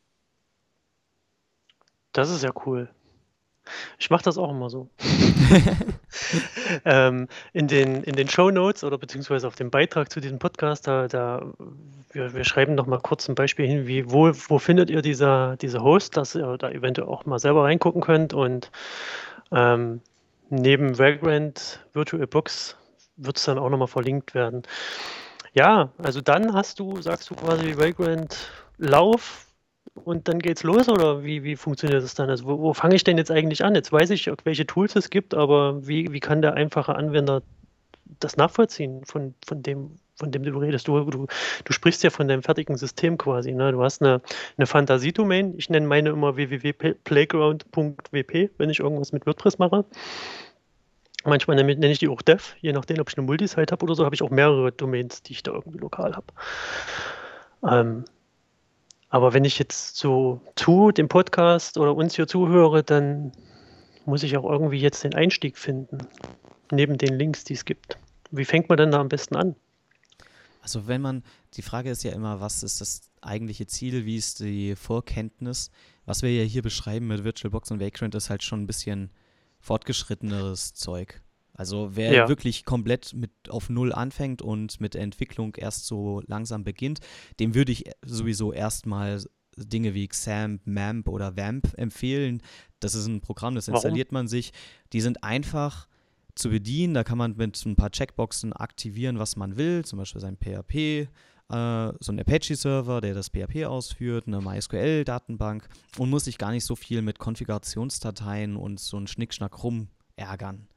Das ist ja cool. Ich mache das auch immer so. ähm, in den, in den Shownotes oder beziehungsweise auf dem Beitrag zu diesem Podcast, da, da wir, wir schreiben noch mal kurz ein Beispiel hin, wie, wo, wo findet ihr dieser, diese Host, dass ihr da eventuell auch mal selber reingucken könnt und ähm, neben Vagrant VirtualBox wird es dann auch nochmal verlinkt werden. Ja, also dann hast du, sagst du quasi Vagrant Lauf und dann geht's los oder wie, wie funktioniert das dann? Also wo, wo fange ich denn jetzt eigentlich an? Jetzt weiß ich, welche Tools es gibt, aber wie, wie kann der einfache Anwender das nachvollziehen von, von dem, von dem du redest? Du, du, du sprichst ja von deinem fertigen System quasi, ne? Du hast eine, eine Fantasiedomain. Ich nenne meine immer w w w punkt playground punkt w p, wenn ich irgendwas mit WordPress mache. Manchmal nenne nenne ich die auch Dev, je nachdem, ob ich eine Multisite habe oder so, habe ich auch mehrere Domains, die ich da irgendwie lokal habe. Ähm, aber wenn ich jetzt so zu dem Podcast oder uns hier zuhöre, dann muss ich auch irgendwie jetzt den Einstieg finden, neben den Links, die es gibt. Wie fängt man denn da am besten an? Also wenn man, die Frage ist ja immer, was ist das eigentliche Ziel, wie ist die Vorkenntnis? Was wir ja hier beschreiben mit VirtualBox und Vagrant ist halt schon ein bisschen fortgeschritteneres Zeug. Also wer Ja, wirklich komplett mit auf Null anfängt und mit der Entwicklung erst so langsam beginnt, dem würde ich sowieso erstmal Dinge wie Xampp, Mamp oder Vamp empfehlen. Das ist ein Programm, das Warum? installiert man sich. Die sind einfach zu bedienen. Da kann man mit ein paar Checkboxen aktivieren, was man will. Zum Beispiel sein P H P, äh, so ein Apache-Server, der das P H P ausführt, eine MySQL-Datenbank und muss sich gar nicht so viel mit Konfigurationsdateien und so einen Schnickschnack rum ärgern.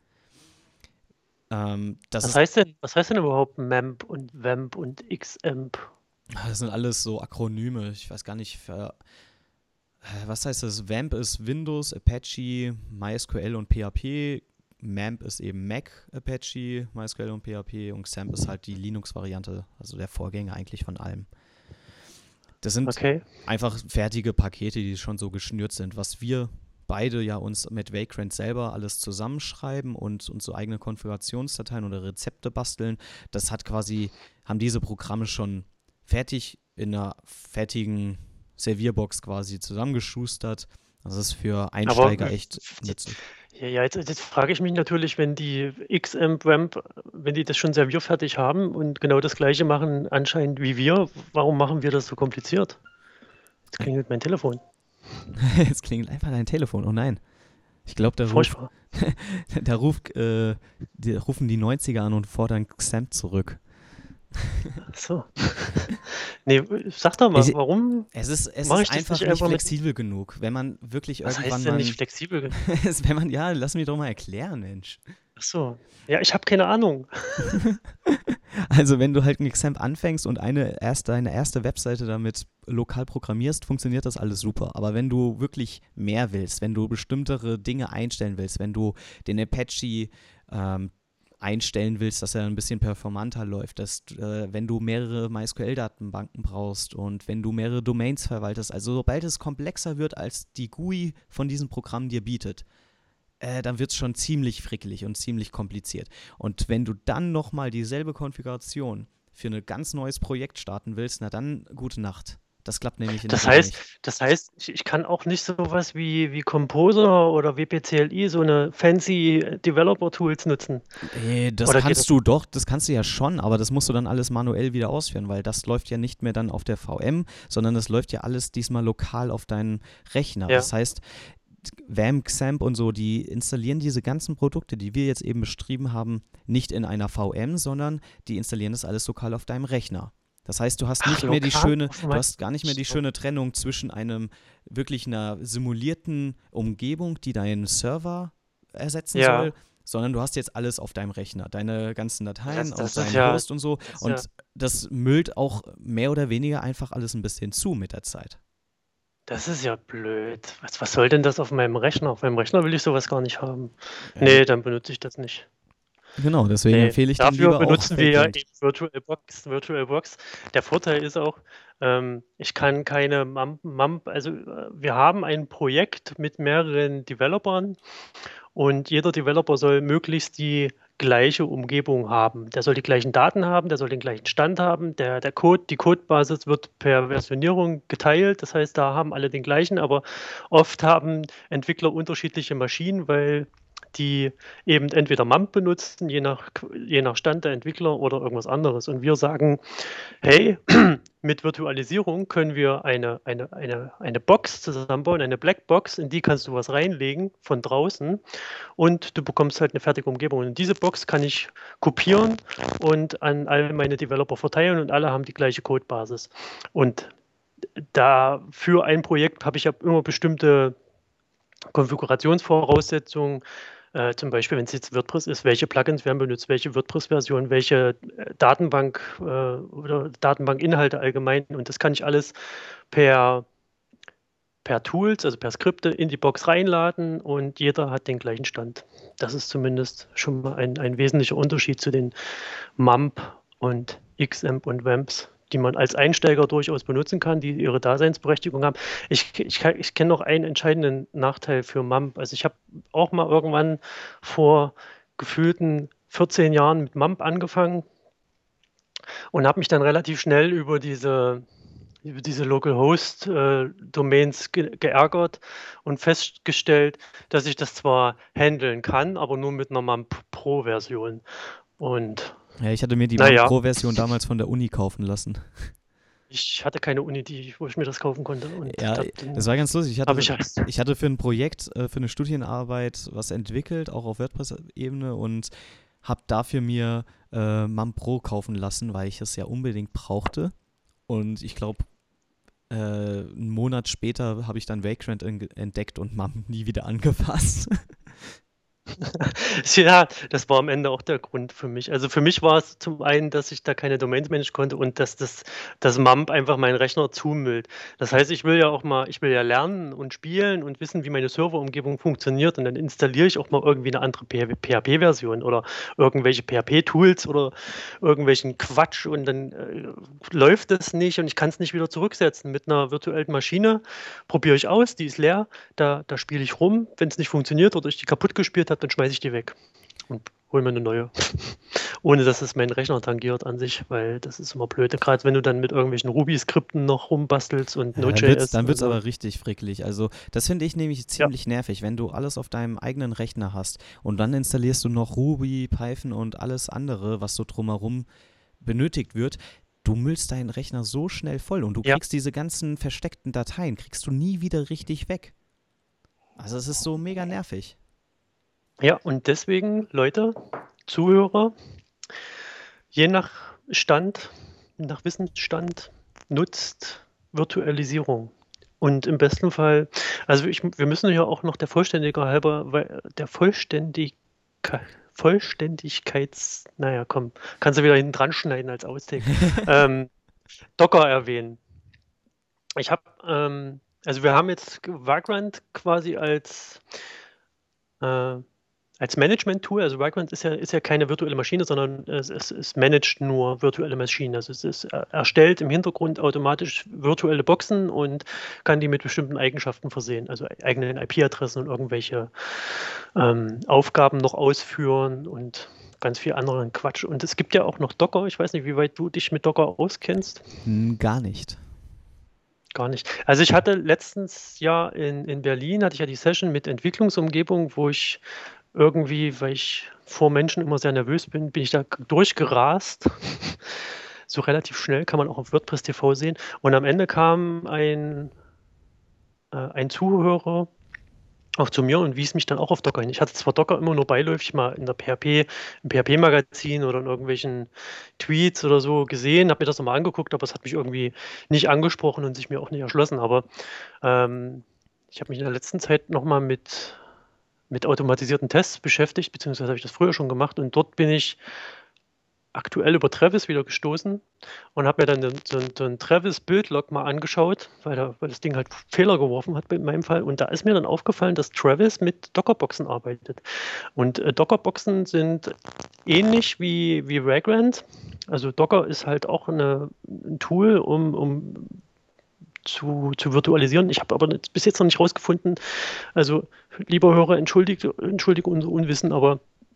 Ähm, das, Was ist, heißt denn, was heißt denn überhaupt Mamp und Vamp und Xampp? das sind alles so Akronyme. Ich weiß gar nicht, für, äh, was heißt das? Vamp ist Windows, Apache, MySQL und P H P. Mamp ist eben Mac, Apache, MySQL und P H P und Xampp ist halt die Linux-Variante, also der Vorgänger eigentlich von allem. Das sind Okay. einfach fertige Pakete, die schon so geschnürt sind, was wir beide ja uns mit Vagrant selber alles zusammenschreiben und uns so eigene Konfigurationsdateien oder Rezepte basteln. Das hat quasi, haben diese Programme schon fertig in einer fertigen Servierbox quasi zusammengeschustert. Das ist für Einsteiger Aber echt nützlich. ja, ja, jetzt, jetzt frage ich mich natürlich, wenn die Xampp, Vamp, wenn die das schon servierfertig haben und genau das Gleiche machen anscheinend wie wir, warum machen wir das so kompliziert? Jetzt klingelt mein Telefon. Jetzt klingelt einfach dein Telefon. Oh nein. Ich glaube, da, ruft, Furchtbar. da ruft, äh, die, rufen die neunziger an und fordern Xampp zurück. Ach so. Nee, sag doch mal, Ich- warum Es ist, es Mach ist ich das einfach nicht nicht einfach mit- flexibel genug. Wenn man wirklich was irgendwann heißt denn mal. nicht flexibel? wenn man, ja, lass mich doch mal erklären, Mensch. Ach so. Ja, ich habe keine Ahnung. Also wenn du halt mit Xampp anfängst und eine erste, eine erste Webseite damit lokal programmierst, funktioniert das alles super. Aber wenn du wirklich mehr willst, wenn du bestimmtere Dinge einstellen willst, wenn du den Apache ähm, einstellen willst, dass er ein bisschen performanter läuft, dass äh, wenn du mehrere MySQL-Datenbanken brauchst und wenn du mehrere Domains verwaltest, also sobald es komplexer wird, als die G U I von diesem Programm dir bietet, äh, dann wird es schon ziemlich frickelig und ziemlich kompliziert. Und wenn du dann nochmal dieselbe Konfiguration für ein ganz neues Projekt starten willst, na dann gute Nacht. Das klappt nämlich in Das der Regel heißt, nicht. das heißt, ich, ich kann auch nicht sowas wie, wie Composer oder W P C L I, so eine fancy Developer-Tools nutzen. Äh, das Oder geht kannst das- du doch, das kannst du ja schon, aber das musst du dann alles manuell wieder ausführen, weil das läuft ja nicht mehr dann auf der V M, sondern das läuft ja alles diesmal lokal auf deinen Rechner. Ja. Das heißt, Vamp, Xampp und so, die installieren diese ganzen Produkte, die wir jetzt eben beschrieben haben, nicht in einer V M, sondern die installieren das alles lokal auf deinem Rechner. Das heißt, du hast Ach, nicht mehr die lokal schöne, auf du mein- hast gar nicht mehr die schöne Trennung zwischen einem wirklich einer simulierten Umgebung, die deinen Server ersetzen Ja. soll, sondern du hast jetzt alles auf deinem Rechner, deine ganzen Dateien Das- auf das ist deinem ja- Host und so. das ist Und ja- das müllt auch mehr oder weniger einfach alles ein bisschen zu mit der Zeit. Das ist ja blöd. Was, was soll denn das auf meinem Rechner? Auf meinem Rechner will ich sowas gar nicht haben. Äh, Nee, dann benutze ich das nicht. Genau, deswegen Nee, empfehle ich den dafür lieber benutzen auch wir ja Vagrant. eben VirtualBox. VirtualBox. Der Vorteil ist auch, ähm, ich kann keine Mump, Mump, also äh, wir haben ein Projekt mit mehreren Developern und jeder Developer soll möglichst die gleiche Umgebung haben. Der soll die gleichen Daten haben, der soll den gleichen Stand haben. Der, der Code, die Codebasis wird per Versionierung geteilt. Das heißt, da haben alle den gleichen, aber oft haben Entwickler unterschiedliche Maschinen, weil die eben entweder Mump benutzen, je nach, je nach Stand der Entwickler oder irgendwas anderes. Und wir sagen, hey, mit Virtualisierung können wir eine, eine, eine, eine Box zusammenbauen, eine Blackbox, in die kannst du was reinlegen von draußen und du bekommst halt eine fertige Umgebung. Und diese Box kann ich kopieren und an all meine Developer verteilen und alle haben die gleiche Codebasis. Und da für ein Projekt habe ich ja immer bestimmte Konfigurationsvoraussetzungen. Äh, zum Beispiel, wenn es jetzt WordPress ist, welche Plugins werden benutzt, welche WordPress-Version, welche äh, Datenbank äh, oder Datenbankinhalte allgemein. Und das kann ich alles per, per Tools, also per Skripte in die Box reinladen und jeder hat den gleichen Stand. Das ist zumindest schon mal ein, ein wesentlicher Unterschied zu den Mump und Xampp und Vamps, die man als Einsteiger durchaus benutzen kann, die ihre Daseinsberechtigung haben. Ich, ich, kann- ich kenne noch einen entscheidenden Nachteil für Mump. Also ich habe auch mal irgendwann vor gefühlten vierzehn Jahren mit Mump angefangen und habe mich dann relativ schnell über diese, über diese Localhost-Domains ge geärgert und festgestellt, dass ich das zwar handeln kann, aber nur mit einer Mump Pro-Version. Und Ja, ich hatte mir die Naja. Pro-Version damals von der Uni kaufen lassen. ich hatte keine Uni, die, wo ich mir das kaufen konnte. Und Ja, da, das dann war ganz lustig. Ich habe ich hatte, halt. ich hatte für ein Projekt, äh, für eine Studienarbeit was entwickelt, auch auf WordPress-Ebene und habe dafür mir äh, Mam Pro kaufen lassen, weil ich es ja unbedingt brauchte. Und ich glaube, äh, einen Monat später habe ich dann Vagrant en- entdeckt und Mam nie wieder angefasst. Ja, das war am Ende auch der Grund für mich. Also für mich war es zum einen, dass ich da keine Domains managen konnte und dass das, das MAMP einfach meinen Rechner zumüllt. Das heißt, ich will ja auch mal, ich will ja lernen und spielen und wissen, wie meine Serverumgebung funktioniert und dann installiere ich auch mal irgendwie eine andere P H P-Version oder irgendwelche P H P-Tools oder irgendwelchen Quatsch und dann äh, läuft es nicht und ich kann es nicht wieder zurücksetzen. Mit einer virtuellen Maschine probiere ich aus, die ist leer, da, da spiele ich rum. Wenn es nicht funktioniert oder ich die kaputt gespielt habe, dann schmeiße ich die weg und hole mir eine neue. Ohne dass es meinen Rechner tangiert an sich, weil das ist immer blöd. Gerade wenn du dann mit irgendwelchen Ruby-Skripten noch rumbastelst und Ja, dann wird's, Node.js. dann wird's Also, aber richtig frickelig. Also, das finde ich nämlich ja, ziemlich nervig, wenn du alles auf deinem eigenen Rechner hast und dann installierst du noch Ruby, Python und alles andere, was so drumherum benötigt wird. Du müllst deinen Rechner so schnell voll und du ja, kriegst diese ganzen versteckten Dateien, kriegst du nie wieder richtig weg. Also, es ist so mega nervig. ja, und deswegen, Leute, Zuhörer, je nach Stand, nach Wissensstand, nutzt Virtualisierung. Und im besten Fall, also ich, wir müssen ja auch noch der Vollständiger halber, weil der Vollständigkeit, Vollständigkeits, naja, komm, kannst du wieder hinten dran schneiden als Outtake, ähm, Docker erwähnen. Ich habe, ähm, also wir haben jetzt Vagrant quasi als äh, als Management-Tool. Also Vagrant ist ja, ist ja keine virtuelle Maschine, sondern es, es, es managt nur virtuelle Maschinen. Also es ist, er erstellt im Hintergrund automatisch virtuelle Boxen und kann die mit bestimmten Eigenschaften versehen, also eigenen I P-Adressen und irgendwelche ähm, Aufgaben noch ausführen und ganz viel anderen Quatsch. Und es gibt ja auch noch Docker. Ich weiß nicht, wie weit du dich mit Docker auskennst. Hm, gar nicht. Gar nicht. Also ich hatte letztens ja in, in Berlin, hatte ich ja die Session mit Entwicklungsumgebung, wo ich irgendwie, weil ich vor Menschen immer sehr nervös bin, bin ich da durchgerast. So relativ schnell, kann man auch auf WordPress T V sehen. Und am Ende kam ein, äh, ein Zuhörer auch zu mir und wies mich dann auch auf Docker hin. Ich hatte zwar Docker immer nur beiläufig mal in der P H P, im P H P-Magazin oder in irgendwelchen Tweets oder so gesehen, habe mir das nochmal angeguckt, aber es hat mich irgendwie nicht angesprochen und sich mir auch nicht erschlossen. Aber ähm, ich habe mich in der letzten Zeit nochmal mit, mit automatisierten Tests beschäftigt, beziehungsweise habe ich das früher schon gemacht und dort bin ich aktuell über Travis wieder gestoßen und habe mir dann den, so, so einen Travis-Bildlog mal angeschaut, weil, da, weil das Ding halt Fehler geworfen hat in meinem Fall. Und da ist mir dann aufgefallen, dass Travis mit Dockerboxen arbeitet. Und äh, Dockerboxen sind ähnlich wie, wie Vagrant. Also Docker ist halt auch eine, ein Tool, um, um zu, zu virtualisieren. Ich habe aber nicht, bis jetzt noch nicht rausgefunden, also lieber Hörer, entschuldige, entschuldige unser Unwissen, aber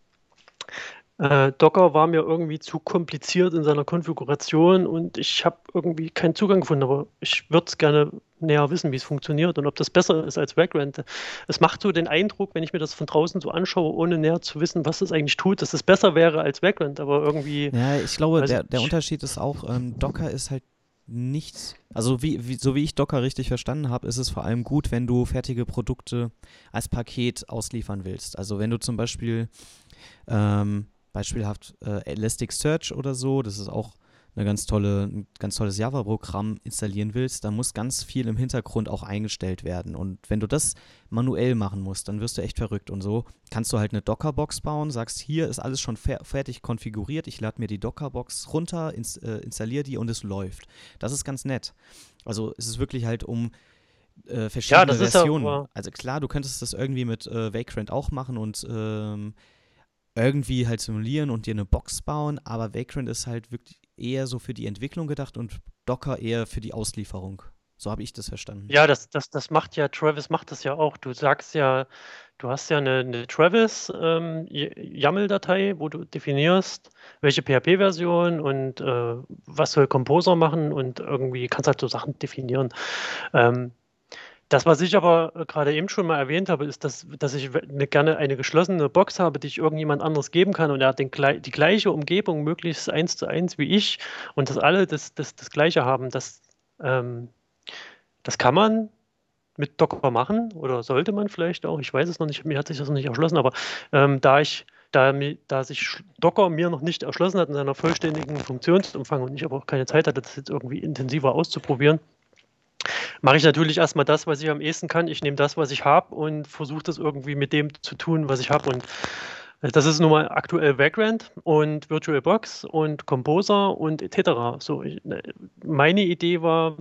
äh, Docker war mir irgendwie zu kompliziert in seiner Konfiguration und ich habe irgendwie keinen Zugang gefunden, aber ich würde es gerne näher wissen, wie es funktioniert und ob das besser ist als Vagrant. Es macht so den Eindruck, wenn ich mir das von draußen so anschaue, ohne näher zu wissen, was es eigentlich tut, dass es besser wäre als Vagrant, aber irgendwie, Ja, ich glaube, weiß ich der, der nicht. Unterschied ist auch, ähm, Docker ist halt nicht, also wie, wie, so wie ich Docker richtig verstanden habe, ist es vor allem gut, wenn du fertige Produkte als Paket ausliefern willst. Also wenn du zum Beispiel ähm, beispielhaft äh, Elasticsearch oder so, das ist auch eine ganz tolle, ein ganz tolles Java-Programm installieren willst, dann muss ganz viel im Hintergrund auch eingestellt werden. Und wenn du das manuell machen musst, dann wirst du echt verrückt. Und so kannst du halt eine Docker-Box bauen, sagst, hier ist alles schon fer fertig konfiguriert, ich lade mir die Docker-Box runter, ins, äh, installiere die und es läuft. Das ist ganz nett. Also es ist wirklich halt um äh, Ja, verschiedene das ist ja, Versionen. aber Also klar, du könntest das irgendwie mit äh, Vagrant auch machen und ähm, irgendwie halt simulieren und dir eine Box bauen, aber Vagrant ist halt wirklich eher so für die Entwicklung gedacht und Docker eher für die Auslieferung. So habe ich das verstanden. ja, das, das, das macht ja, Travis macht das ja auch. Du sagst ja, du hast ja eine, eine Travis ähm, YAML-Datei, wo du definierst, welche P H P-Version und äh, was soll Composer machen und irgendwie kannst halt so Sachen definieren. Ähm, das, was ich aber äh, gerade eben schon mal erwähnt habe, ist, dass, dass ich we- eine, gerne eine geschlossene Box habe, die ich irgendjemand anderes geben kann und er hat den, die gleiche Umgebung, möglichst eins zu eins wie ich und dass alle das, das, das Gleiche haben. Das, Ähm, das kann man mit Docker machen oder sollte man vielleicht auch, ich weiß es noch nicht, mir hat sich das noch nicht erschlossen, aber ähm, da ich, da, mi- da sich Docker mir noch nicht erschlossen hat in seiner vollständigen Funktionsumfang und ich aber auch keine Zeit hatte, das jetzt irgendwie intensiver auszuprobieren, mache ich natürlich erstmal das, was ich am ehesten kann. Ich nehme das, was ich habe und versuche das irgendwie mit dem zu tun, was ich habe. Und äh, das ist nun mal aktuell Vagrant und VirtualBox und Composer und et cetera. So, ich, ne, meine Idee war,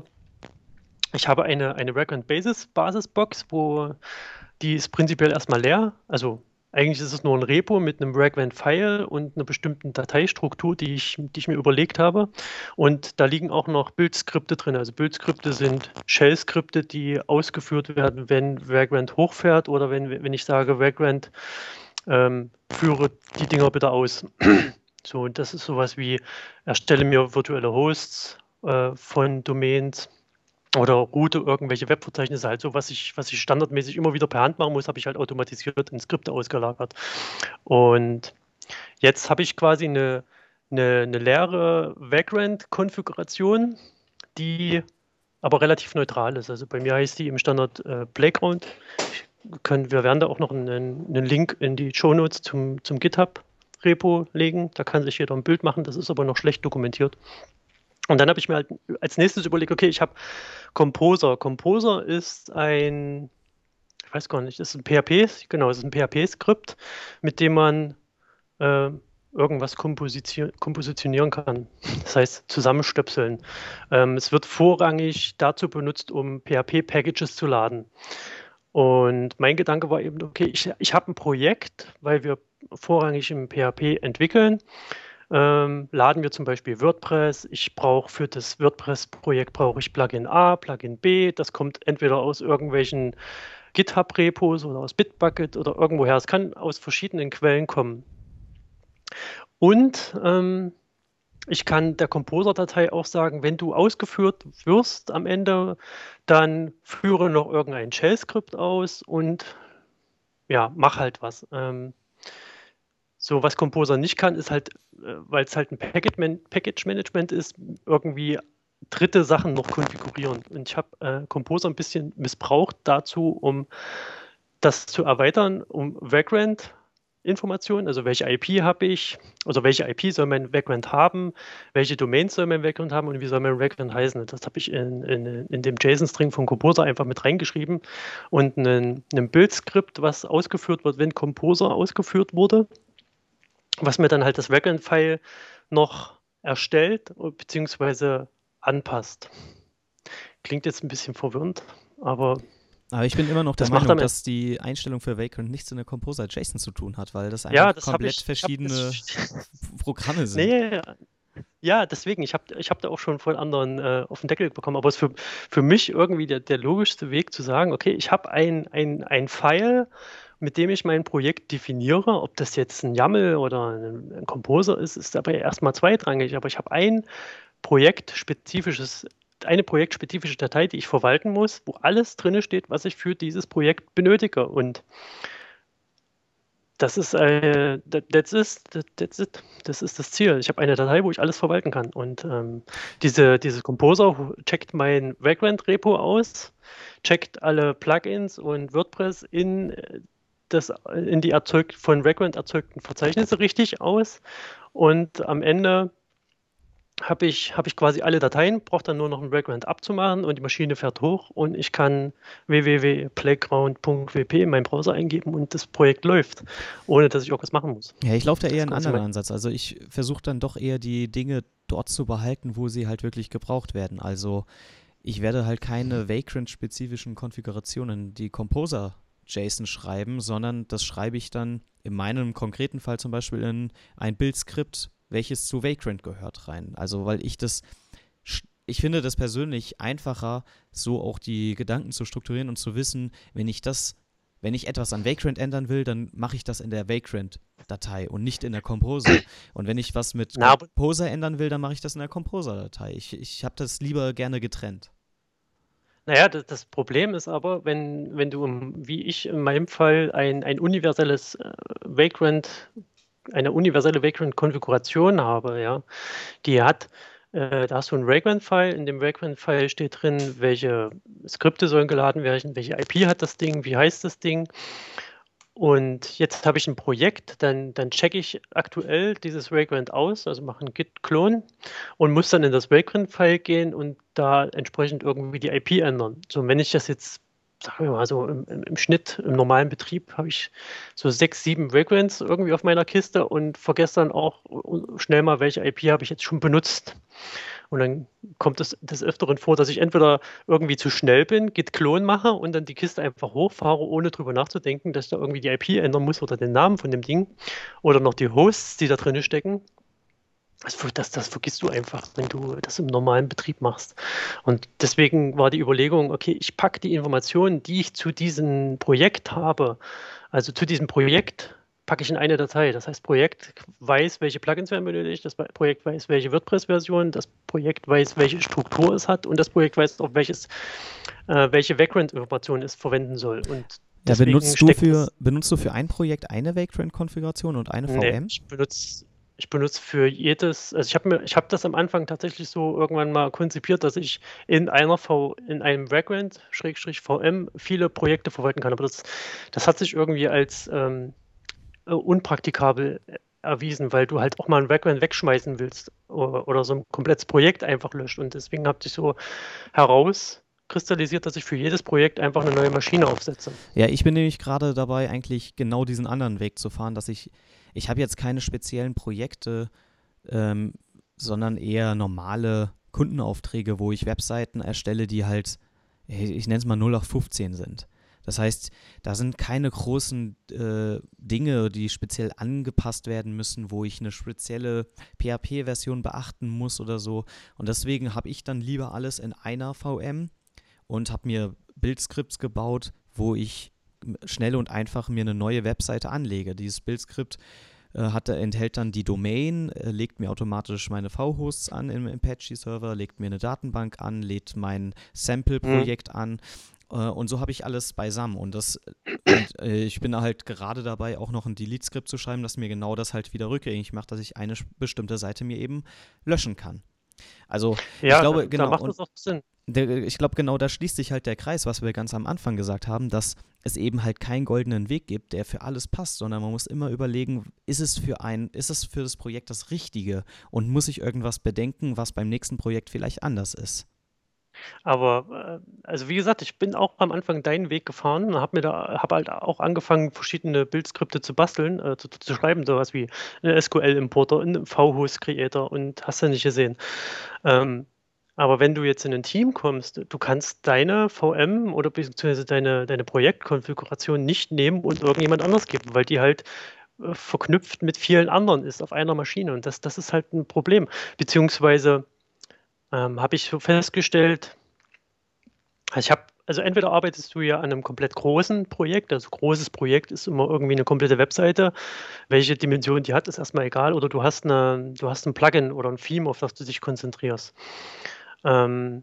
ich habe eine, eine Vagrant Basis Basisbox, wo die ist prinzipiell erstmal leer. Also eigentlich ist es nur ein Repo mit einem Vagrant-File und einer bestimmten Dateistruktur, die ich, die ich mir überlegt habe. Und da liegen auch noch Build-Skripte drin. Also Build-Skripte sind Shell-Skripte, die ausgeführt werden, wenn Vagrant hochfährt oder wenn, wenn ich sage, Vagrant, ähm, führe die Dinger bitte aus. So, und das ist sowas wie, erstelle mir virtuelle Hosts äh, von Domains oder route irgendwelche Webverzeichnisse, halt so, was ich, was ich standardmäßig immer wieder per Hand machen muss, habe ich halt automatisiert in Skripte ausgelagert. Und jetzt habe ich quasi eine, eine, eine leere Vagrant-Konfiguration, die aber relativ neutral ist. Also bei mir heißt die im Standard äh, Playground. Können, wir werden da auch noch einen, einen Link in die Shownotes zum, zum GitHub-Repo legen. Da kann sich jeder ein Bild machen, das ist aber noch schlecht dokumentiert. Und dann habe ich mir halt als nächstes überlegt, okay, ich habe Composer. Composer ist ein, ich weiß gar nicht, ist ein P H P, genau, es ist ein P H P-Skript, mit dem man äh, irgendwas kompositio- kompositionieren kann. Das heißt, zusammenstöpseln. Ähm, es wird vorrangig dazu benutzt, um P H P-Packages zu laden. Und mein Gedanke war eben, okay, ich, ich habe ein Projekt, weil wir vorrangig im P H P entwickeln. Ähm, laden wir zum Beispiel WordPress. Ich brauche für das WordPress-Projekt brauche ich Plugin A, Plugin B. Das kommt entweder aus irgendwelchen GitHub-Repos oder aus Bitbucket oder irgendwoher. Es kann aus verschiedenen Quellen kommen. Und ähm, ich kann der Composer-Datei auch sagen, wenn du ausgeführt wirst am Ende, dann führe noch irgendein Shell-Skript aus und ja, mach halt was. Ähm, So, was Composer nicht kann, ist halt, äh, weil es halt ein Package-Man- Package-Management ist, irgendwie dritte Sachen noch konfigurieren. Und ich habe äh, Composer ein bisschen missbraucht dazu, um das zu erweitern, um Vagrant-Informationen, also welche I P habe ich, also welche I P soll mein Vagrant haben, welche Domains soll mein Vagrant haben und wie soll mein Vagrant heißen. Das habe ich in, in, in dem JSON-String von Composer einfach mit reingeschrieben und einen, einen Build-Skript, was ausgeführt wird, wenn Composer ausgeführt wurde, was mir dann halt das Vagrant-File noch erstellt bzw. anpasst. Klingt jetzt ein bisschen verwirrend, aber Aber ich bin immer noch der das macht Meinung, am Ende. dass die Einstellung für Vagrant nichts in der Composer JSON zu tun hat, weil das Ja, einfach das habe komplett ich. Ich habe verschiedene das. Programme sind. Nee, ja, deswegen. Ich habe ich hab da auch schon von anderen äh, auf den Deckel bekommen. Aber es ist für, für mich irgendwie der, der logischste Weg zu sagen, okay, ich habe ein, ein, ein File, mit dem ich mein Projekt definiere. Ob das jetzt ein YAML oder ein, ein Composer ist, ist dabei erstmal zweitrangig. Aber ich habe ein projektspezifisches, eine projektspezifische Datei, die ich verwalten muss, wo alles drin steht, was ich für dieses Projekt benötige. Und das ist, äh, that- that's it, that- that's it. Das ist das Ziel. Ich habe eine Datei, wo ich alles verwalten kann. Und ähm, diese, diese Composer checkt mein Vagrant-Repo aus, checkt alle Plugins und WordPress in, äh, das, in die erzeugt, von Vagrant erzeugten Verzeichnisse richtig aus. Und am Ende habe ich, habe ich quasi alle Dateien, brauche dann nur noch ein Vagrant abzumachen und die Maschine fährt hoch und ich kann w w w punkt playground punkt w p in meinem Browser eingeben und das Projekt läuft, ohne dass ich irgendwas machen muss. Ja, ich laufe da Das eher ist einen quasi anderen mein. Ansatz. Also ich versuche dann doch eher die Dinge dort zu behalten, wo sie halt wirklich gebraucht werden. Also ich werde halt keine Vagrant-spezifischen Konfigurationen in die Composer-JSON schreiben, sondern das schreibe ich dann in meinem konkreten Fall zum Beispiel in ein Build-Skript, welches zu Vagrant gehört, rein. Also weil ich das, ich finde das persönlich einfacher, so auch die Gedanken zu strukturieren und zu wissen, wenn ich das, wenn ich etwas an Vagrant ändern will, dann mache ich das in der Vagrant-Datei und nicht in der Composer. Und wenn ich was mit Na, aber, Composer ändern will, dann mache ich das in der Composer-Datei. Ich, ich habe das lieber gerne getrennt. naja, das, das Problem ist aber, wenn, wenn du, im- wie ich in meinem Fall, ein, ein universelles äh, Vagrant, eine universelle Vagrant-Konfiguration habe, ja, die hat Äh, da hast du einen Vagrant-File. In dem Vagrant-File steht drin, welche Skripte sollen geladen werden, welche I P hat das Ding, wie heißt das Ding. Und jetzt habe ich ein Projekt, dann, dann checke ich aktuell dieses Vagrant aus, also mache einen Git-Clone und muss dann in das Vagrant-File gehen und da entsprechend irgendwie die I P ändern. So, und wenn ich das jetzt, sagen wir mal so im, im, im Schnitt, im normalen Betrieb, habe ich so sechs, sieben Vagrants irgendwie auf meiner Kiste und vergesse dann auch schnell mal, welche I P habe ich jetzt schon benutzt. Und dann kommt es des Öfteren vor, dass ich entweder irgendwie zu schnell bin, Git-Clone mache und dann die Kiste einfach hochfahre, ohne drüber nachzudenken, dass ich da irgendwie die I P ändern muss oder den Namen von dem Ding oder noch die Hosts, die da drin stecken. Das, das, das vergisst du einfach, wenn du das im normalen Betrieb machst. Und deswegen war die Überlegung, okay, ich packe die Informationen, die ich zu diesem Projekt habe, also zu diesem Projekt, packe ich in eine Datei. Das heißt, Projekt weiß, welche Plugins werden benötigt, das Projekt weiß, welche WordPress-Version, das Projekt weiß, welche Struktur es hat und das Projekt weiß auch, welches, äh, welche Vagrant-Information es verwenden soll. Und Ja, deswegen benutzt du steckt für, es, benutzt du für ein Projekt eine Vagrant-Konfiguration und eine nee, V M? ich benutze ich benutze für jedes, also ich habe mir, ich habe das am Anfang tatsächlich so irgendwann mal konzipiert, dass ich in einer V, in einem Vagrant, Schrägstrich V M, viele Projekte verwalten kann. Aber das, das hat sich irgendwie als ähm, äh, unpraktikabel erwiesen, weil du halt auch mal ein Vagrant wegschmeißen willst oder, oder so ein komplettes Projekt einfach löscht. Und deswegen habe ich so herauskristallisiert, dass ich für jedes Projekt einfach eine neue Maschine aufsetze. Ja, ich bin nämlich gerade dabei, eigentlich genau diesen anderen Weg zu fahren, dass ich, ich habe jetzt keine speziellen Projekte, ähm, sondern eher normale Kundenaufträge, wo ich Webseiten erstelle, die halt, ich nenne es mal null acht fünfzehn sind. Das heißt, da sind keine großen äh, Dinge, die speziell angepasst werden müssen, wo ich eine spezielle P H P-Version beachten muss oder so. Und deswegen habe ich dann lieber alles in einer V M und habe mir Build-Skripts gebaut, wo ich schnell und einfach mir eine neue Webseite anlege. Dieses Build-Skript äh, hat, enthält dann die Domain, äh, legt mir automatisch meine V-Hosts an im Apache-Server, legt mir eine Datenbank an, lädt mein Sample-Projekt mhm. an. Und so habe ich alles beisammen. Und, das, und äh, ich bin halt gerade dabei, auch noch ein Delete-Skript zu schreiben, das mir genau das halt wieder rückgängig macht, dass ich eine bestimmte Seite mir eben löschen kann. Also ja, ich glaube, da, genau, da macht und das auch Sinn. der, ich glaube, genau da schließt sich halt der Kreis, was wir ganz am Anfang gesagt haben, dass es eben halt keinen goldenen Weg gibt, der für alles passt, sondern man muss immer überlegen, ist es für ein, ist es für das Projekt das Richtige und muss ich irgendwas bedenken, was beim nächsten Projekt vielleicht anders ist. Aber äh, also wie gesagt, ich bin auch am Anfang deinen Weg gefahren und habe mir da habe halt auch angefangen, verschiedene Bildskripte zu basteln, äh, zu, zu schreiben, sowas wie einen S Q L-Importer, einen V-Host-Creator und hast du nicht gesehen. Ähm, aber wenn du jetzt in ein Team kommst, du kannst deine V M oder beziehungsweise deine, deine Projektkonfiguration nicht nehmen und irgendjemand anders geben, weil die halt äh, verknüpft mit vielen anderen ist auf einer Maschine. Und das, das ist halt ein Problem. Beziehungsweise ähm, habe ich so festgestellt, also ich habe, also entweder arbeitest du ja an einem komplett großen Projekt, also großes Projekt ist immer irgendwie eine komplette Webseite, welche Dimension die hat, ist erstmal egal, oder du hast eine, du hast ein Plugin oder ein Theme, auf das du dich konzentrierst. Ähm,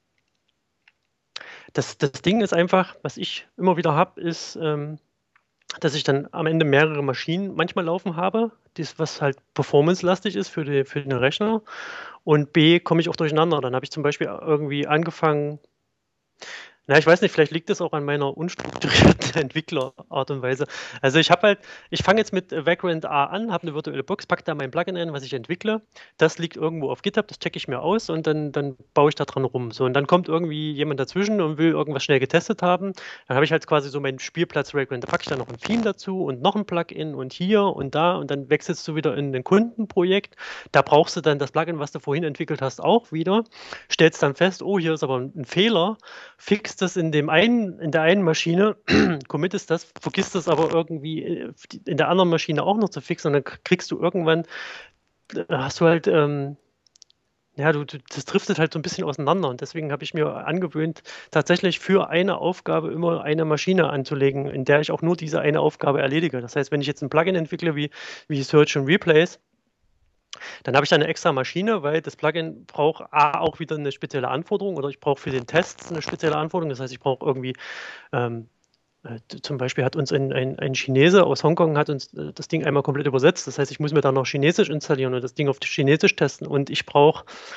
das, das Ding ist einfach, was ich immer wieder habe, ist, ähm, dass ich dann am Ende mehrere Maschinen manchmal laufen habe, das, was halt performance-lastig ist für, die, für den Rechner. Und B, komme ich auch durcheinander. Dann habe ich zum Beispiel irgendwie angefangen, na, ich weiß nicht, vielleicht liegt es auch an meiner unstrukturierten Entwicklerart und Weise. Also ich habe halt, ich fange jetzt mit Vagrant A an, habe eine virtuelle Box, packe da mein Plugin ein, was ich entwickle. Das liegt irgendwo auf GitHub, das checke ich mir aus und dann, dann baue ich da dran rum. So, und dann kommt irgendwie jemand dazwischen und will irgendwas schnell getestet haben. Dann habe ich halt quasi so meinen Spielplatz Vagrant. Da packe ich dann noch ein Theme dazu und noch ein Plugin und hier und da und dann wechselst du wieder in ein Kundenprojekt. Da brauchst du dann das Plugin, was du vorhin entwickelt hast, auch wieder. Stellst dann fest, oh, hier ist aber ein Fehler, fixst das in dem einen, in der einen Maschine, committest das, vergisst das aber irgendwie in der anderen Maschine auch noch zu fixen und dann kriegst du irgendwann, hast du halt, ähm, ja, du, du, das driftet halt so ein bisschen auseinander und deswegen habe ich mir angewöhnt, tatsächlich für eine Aufgabe immer eine Maschine anzulegen, in der ich auch nur diese eine Aufgabe erledige. Das heißt, wenn ich jetzt ein Plugin entwickle wie, wie Search and Replace, dann habe ich da eine extra Maschine, weil das Plugin braucht A, auch wieder eine spezielle Anforderung oder ich brauche für den Test eine spezielle Anforderung. Das heißt, ich brauche irgendwie, ähm, äh, zum Beispiel hat uns ein, ein, ein Chinese aus Hongkong hat uns äh, das Ding einmal komplett übersetzt. Das heißt, ich muss mir da noch Chinesisch installieren und das Ding auf Chinesisch testen und ich brauche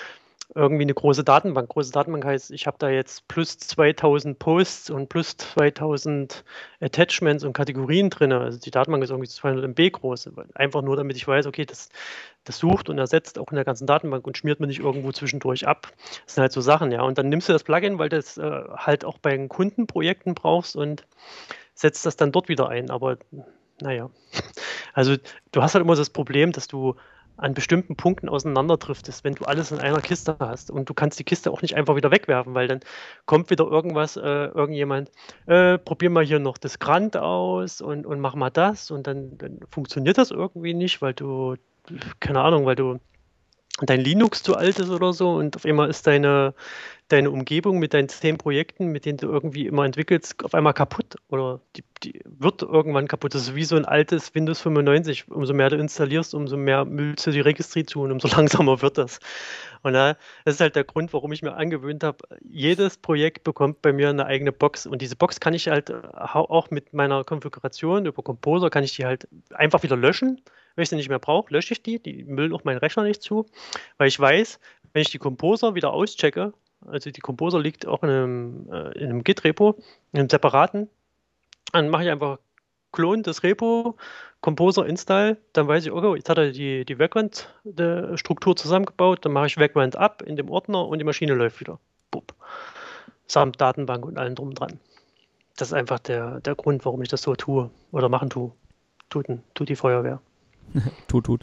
irgendwie eine große Datenbank. Große Datenbank heißt, ich habe da jetzt plus zweitausend Posts und plus zweitausend Attachments und Kategorien drin. Also die Datenbank ist irgendwie zweihundert Megabyte groß. Einfach nur, damit ich weiß, okay, das, das sucht und ersetzt auch in der ganzen Datenbank und schmiert mir nicht irgendwo zwischendurch ab. Das sind halt so Sachen, ja. Und dann nimmst du das Plugin, weil du das äh, halt auch bei den Kundenprojekten brauchst und setzt das dann dort wieder ein. Aber naja, also du hast halt immer das Problem, dass du an bestimmten Punkten auseinanderdriftest, wenn du alles in einer Kiste hast. Und du kannst die Kiste auch nicht einfach wieder wegwerfen, weil dann kommt wieder irgendwas, äh, irgendjemand, äh, probier mal hier noch das Grant aus und, und mach mal das. Und dann, dann funktioniert das irgendwie nicht, weil du, keine Ahnung, weil du dein Linux zu alt ist oder so und auf einmal ist deine, deine Umgebung mit deinen zehn Projekten, mit denen du irgendwie immer entwickelst, auf einmal kaputt oder die, die wird irgendwann kaputt. Das ist wie so ein altes Windows fünfundneunzig. Umso mehr du installierst, umso mehr müllst du die Registry zu und umso langsamer wird das. Und da, das ist halt der Grund, warum ich mir angewöhnt habe, jedes Projekt bekommt bei mir eine eigene Box und diese Box kann ich halt äh, auch mit meiner Konfiguration über Composer kann ich die halt einfach wieder löschen. Wenn ich sie nicht mehr brauche, lösche ich die, die müllen auch meinen Rechner nicht zu, weil ich weiß, wenn ich die Composer wieder auschecke, also die Composer liegt auch in einem, äh, in einem Git-Repo, in einem separaten, dann mache ich einfach Klon des Repo, Composer install, dann weiß ich, okay, jetzt hat er die, die Background-Struktur zusammengebaut, dann mache ich Background ab in dem Ordner und die Maschine läuft wieder. Bup. Samt Datenbank und allem drum und dran. Das ist einfach der, der Grund, warum ich das so tue oder machen tue. Tut, tut die Feuerwehr. tut, tut.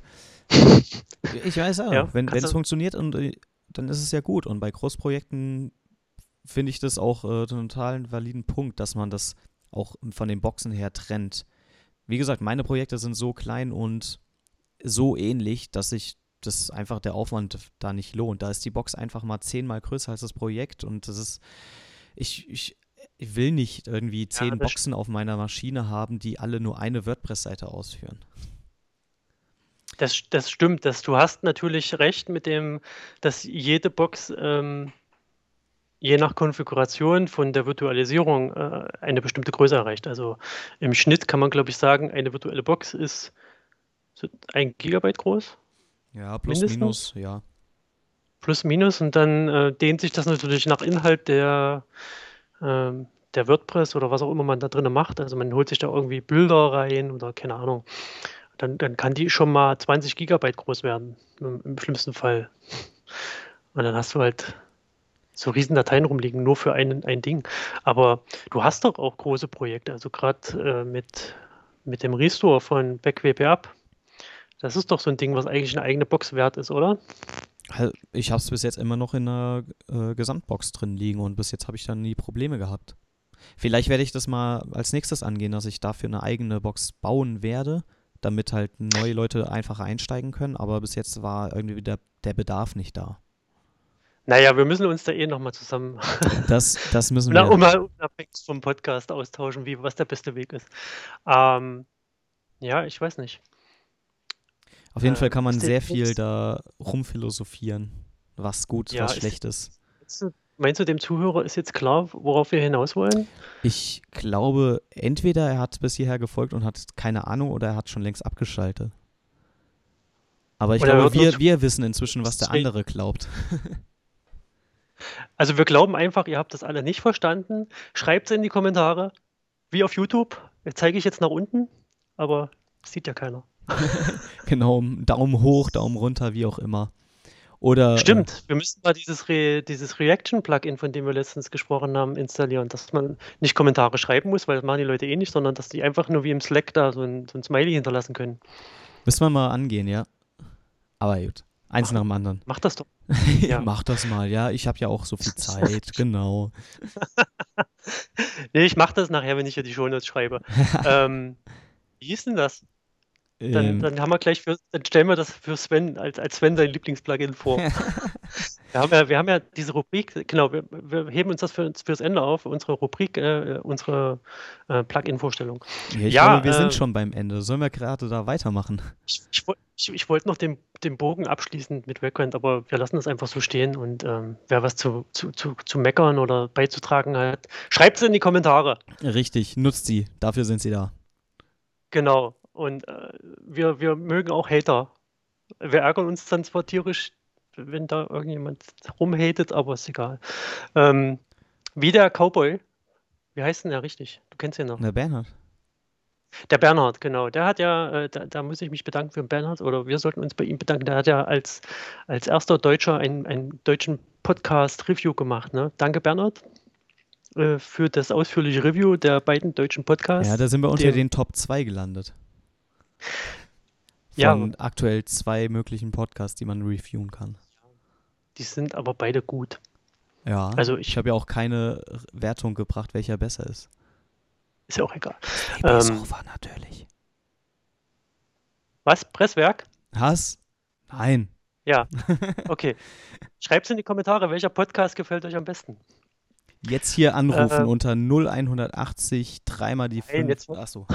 Ich weiß auch, Ja, wenn kannst es du- funktioniert, und äh, dann ist es ja gut. Und bei Großprojekten finde ich das auch äh, total einen validen Punkt, dass man das auch von den Boxen her trennt. Wie gesagt, meine Projekte sind so klein und so ähnlich, dass sich das einfach der Aufwand da nicht lohnt. Da ist die Box einfach mal zehnmal größer als das Projekt und das ist, ich, ich, ich will nicht irgendwie zehn das Boxen auf meiner Maschine haben, die alle nur eine WordPress-Seite ausführen. Das, das stimmt, dass du hast natürlich recht mit dem, dass jede Box ähm, je nach Konfiguration von der Virtualisierung äh, eine bestimmte Größe erreicht. Also im Schnitt kann man, glaube ich, sagen, eine virtuelle Box ist so ein Gigabyte groß, Ja, plus, mindestens, minus, ja. plus minus. Und dann äh, dehnt sich das natürlich nach Inhalt der, ähm, der WordPress oder was auch immer man da drin macht. Also man holt sich da irgendwie Bilder rein oder keine Ahnung. Dann, dann kann die schon mal zwanzig Gigabyte groß werden, im, im schlimmsten Fall. Und dann hast du halt so riesen Dateien rumliegen, nur für ein, ein Ding. Aber du hast doch auch große Projekte, also gerade äh, mit, mit dem Restore von BackWP-Up. Das ist doch so ein Ding, was eigentlich eine eigene Box wert ist, oder? Also ich habe es bis jetzt immer noch in einer äh, Gesamtbox drin liegen und bis jetzt habe ich dann nie Probleme gehabt. Vielleicht werde ich das mal als nächstes angehen, dass ich dafür eine eigene Box bauen werde, damit halt neue Leute einfacher einsteigen können, aber bis jetzt war irgendwie der, der Bedarf nicht da. Naja, wir müssen uns da eh nochmal zusammen, Das, das müssen na, wir. um mal unabhängig vom Podcast austauschen, wie, was der beste Weg ist. Ähm, ja, ich weiß nicht. Auf jeden Fall Ähm, kann man ist dir sehr viel jetzt, da rumphilosophieren, was gut, ja, was ist, schlecht ist. ist, meinst du, dem Zuhörer ist jetzt klar, worauf wir hinaus wollen? Ich glaube, entweder er hat bis hierher gefolgt und hat keine Ahnung oder er hat schon längst abgeschaltet. Aber ich Oder glaube, hört nur wir, zu. wir wissen inzwischen, was der andere glaubt. Also wir glauben einfach, ihr habt das alle nicht verstanden. Schreibt es in die Kommentare, wie auf YouTube. Jetzt zeige ich jetzt nach unten, aber das sieht ja keiner. Genau, Daumen hoch, Daumen runter, wie auch immer. Oder äh, Stimmt, wir müssen mal dieses, Re dieses Reaction-Plugin, von dem wir letztens gesprochen haben, installieren, dass man nicht Kommentare schreiben muss, weil das machen die Leute eh nicht, sondern dass die einfach nur wie im Slack da so ein, so ein Smiley hinterlassen können. müssen wir mal angehen, ja. Aber gut, eins Mach, nach dem anderen. mach das doch. Ja. Mach das mal, ja. Ich habe ja auch so viel Zeit, genau. Nee, ich mache das nachher, wenn ich hier die Shownotes schreibe. ähm, wie ist denn das? Dann, ähm, dann haben wir gleich für, dann stellen wir das für Sven, als, als Sven sein Lieblingsplugin vor. Wir haben ja, wir haben ja diese Rubrik, genau, wir, wir heben uns das für, fürs Ende auf, unsere Rubrik, äh, unsere äh, Plugin-Vorstellung. ja, ich Ja, glaube, wir sind äh, schon beim Ende. Sollen wir gerade da weitermachen? ich, ich, woll- ich, ich wollte noch den, den Bogen abschließen mit Background, aber wir lassen das einfach so stehen und ähm, wer was zu, zu, zu, zu meckern oder beizutragen hat, schreibt es in die Kommentare. Richtig, nutzt sie. Dafür sind sie da. Genau. Und äh, wir, wir mögen auch Hater. Wir ärgern uns dann zwar tierisch, wenn da irgendjemand rumhatet, aber ist egal. Ähm, wie der Cowboy, wie heißt denn der richtig? Du kennst ihn noch. Der Bernhard. Der Bernhard, genau. Der hat ja, äh, da, da muss ich mich bedanken für den Bernhard oder wir sollten uns bei ihm bedanken. Der hat ja als, als erster Deutscher einen, einen deutschen Podcast-Review gemacht. Ne? Danke, Bernhard, äh, für das ausführliche Review der beiden deutschen Podcasts. Ja, da sind wir unter Dem, den Top zwei gelandet. Ja, Von aktuell zwei möglichen Podcasts, die man reviewen kann. die sind aber beide gut. Ja, Also ich ich, habe ja auch keine Wertung gebracht, welcher besser ist. ist ja auch egal. Ähm, Ähm, natürlich. was? Presswerk? Hass? Nein. Ja, okay. Schreibt in die Kommentare, welcher Podcast gefällt euch am besten? Jetzt hier anrufen Ähm, unter null einhundertachtzig, dreimal die Nein, fünf. jetzt- Achso.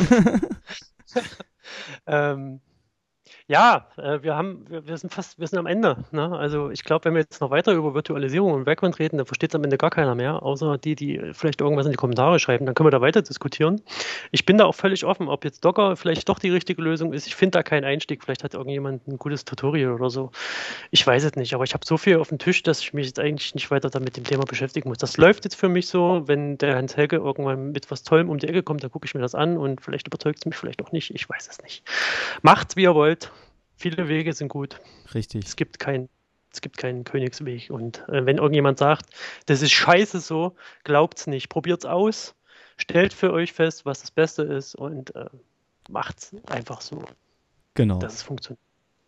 ähm, ja, äh, wir haben, wir, wir sind fast, wir sind am Ende. Ne? Also ich glaube, wenn wir jetzt noch weiter über Virtualisierung und Background reden, dann versteht es am Ende gar keiner mehr, außer die, die vielleicht irgendwas in die Kommentare schreiben. Dann können wir da weiter diskutieren. Ich bin da auch völlig offen, ob jetzt Docker vielleicht doch die richtige Lösung ist. Ich finde da keinen Einstieg. Vielleicht hat irgendjemand ein gutes Tutorial oder so. Ich weiß es nicht, aber ich habe so viel auf dem Tisch, dass ich mich jetzt eigentlich nicht weiter damit mit dem Thema beschäftigen muss. Das läuft jetzt für mich so, wenn der Hans Helge irgendwann mit was Tollem um die Ecke kommt, dann gucke ich mir das an und vielleicht überzeugt es mich, vielleicht auch nicht. Ich weiß es nicht. Macht's, wie ihr wollt. Viele Wege sind gut. Richtig. Es gibt kein, es gibt keinen Königsweg. Und äh, wenn irgendjemand sagt, das ist scheiße so, glaubt's nicht. Probiert's aus, stellt für euch fest, was das Beste ist und äh, macht's einfach so, Genau. dass es funktioniert.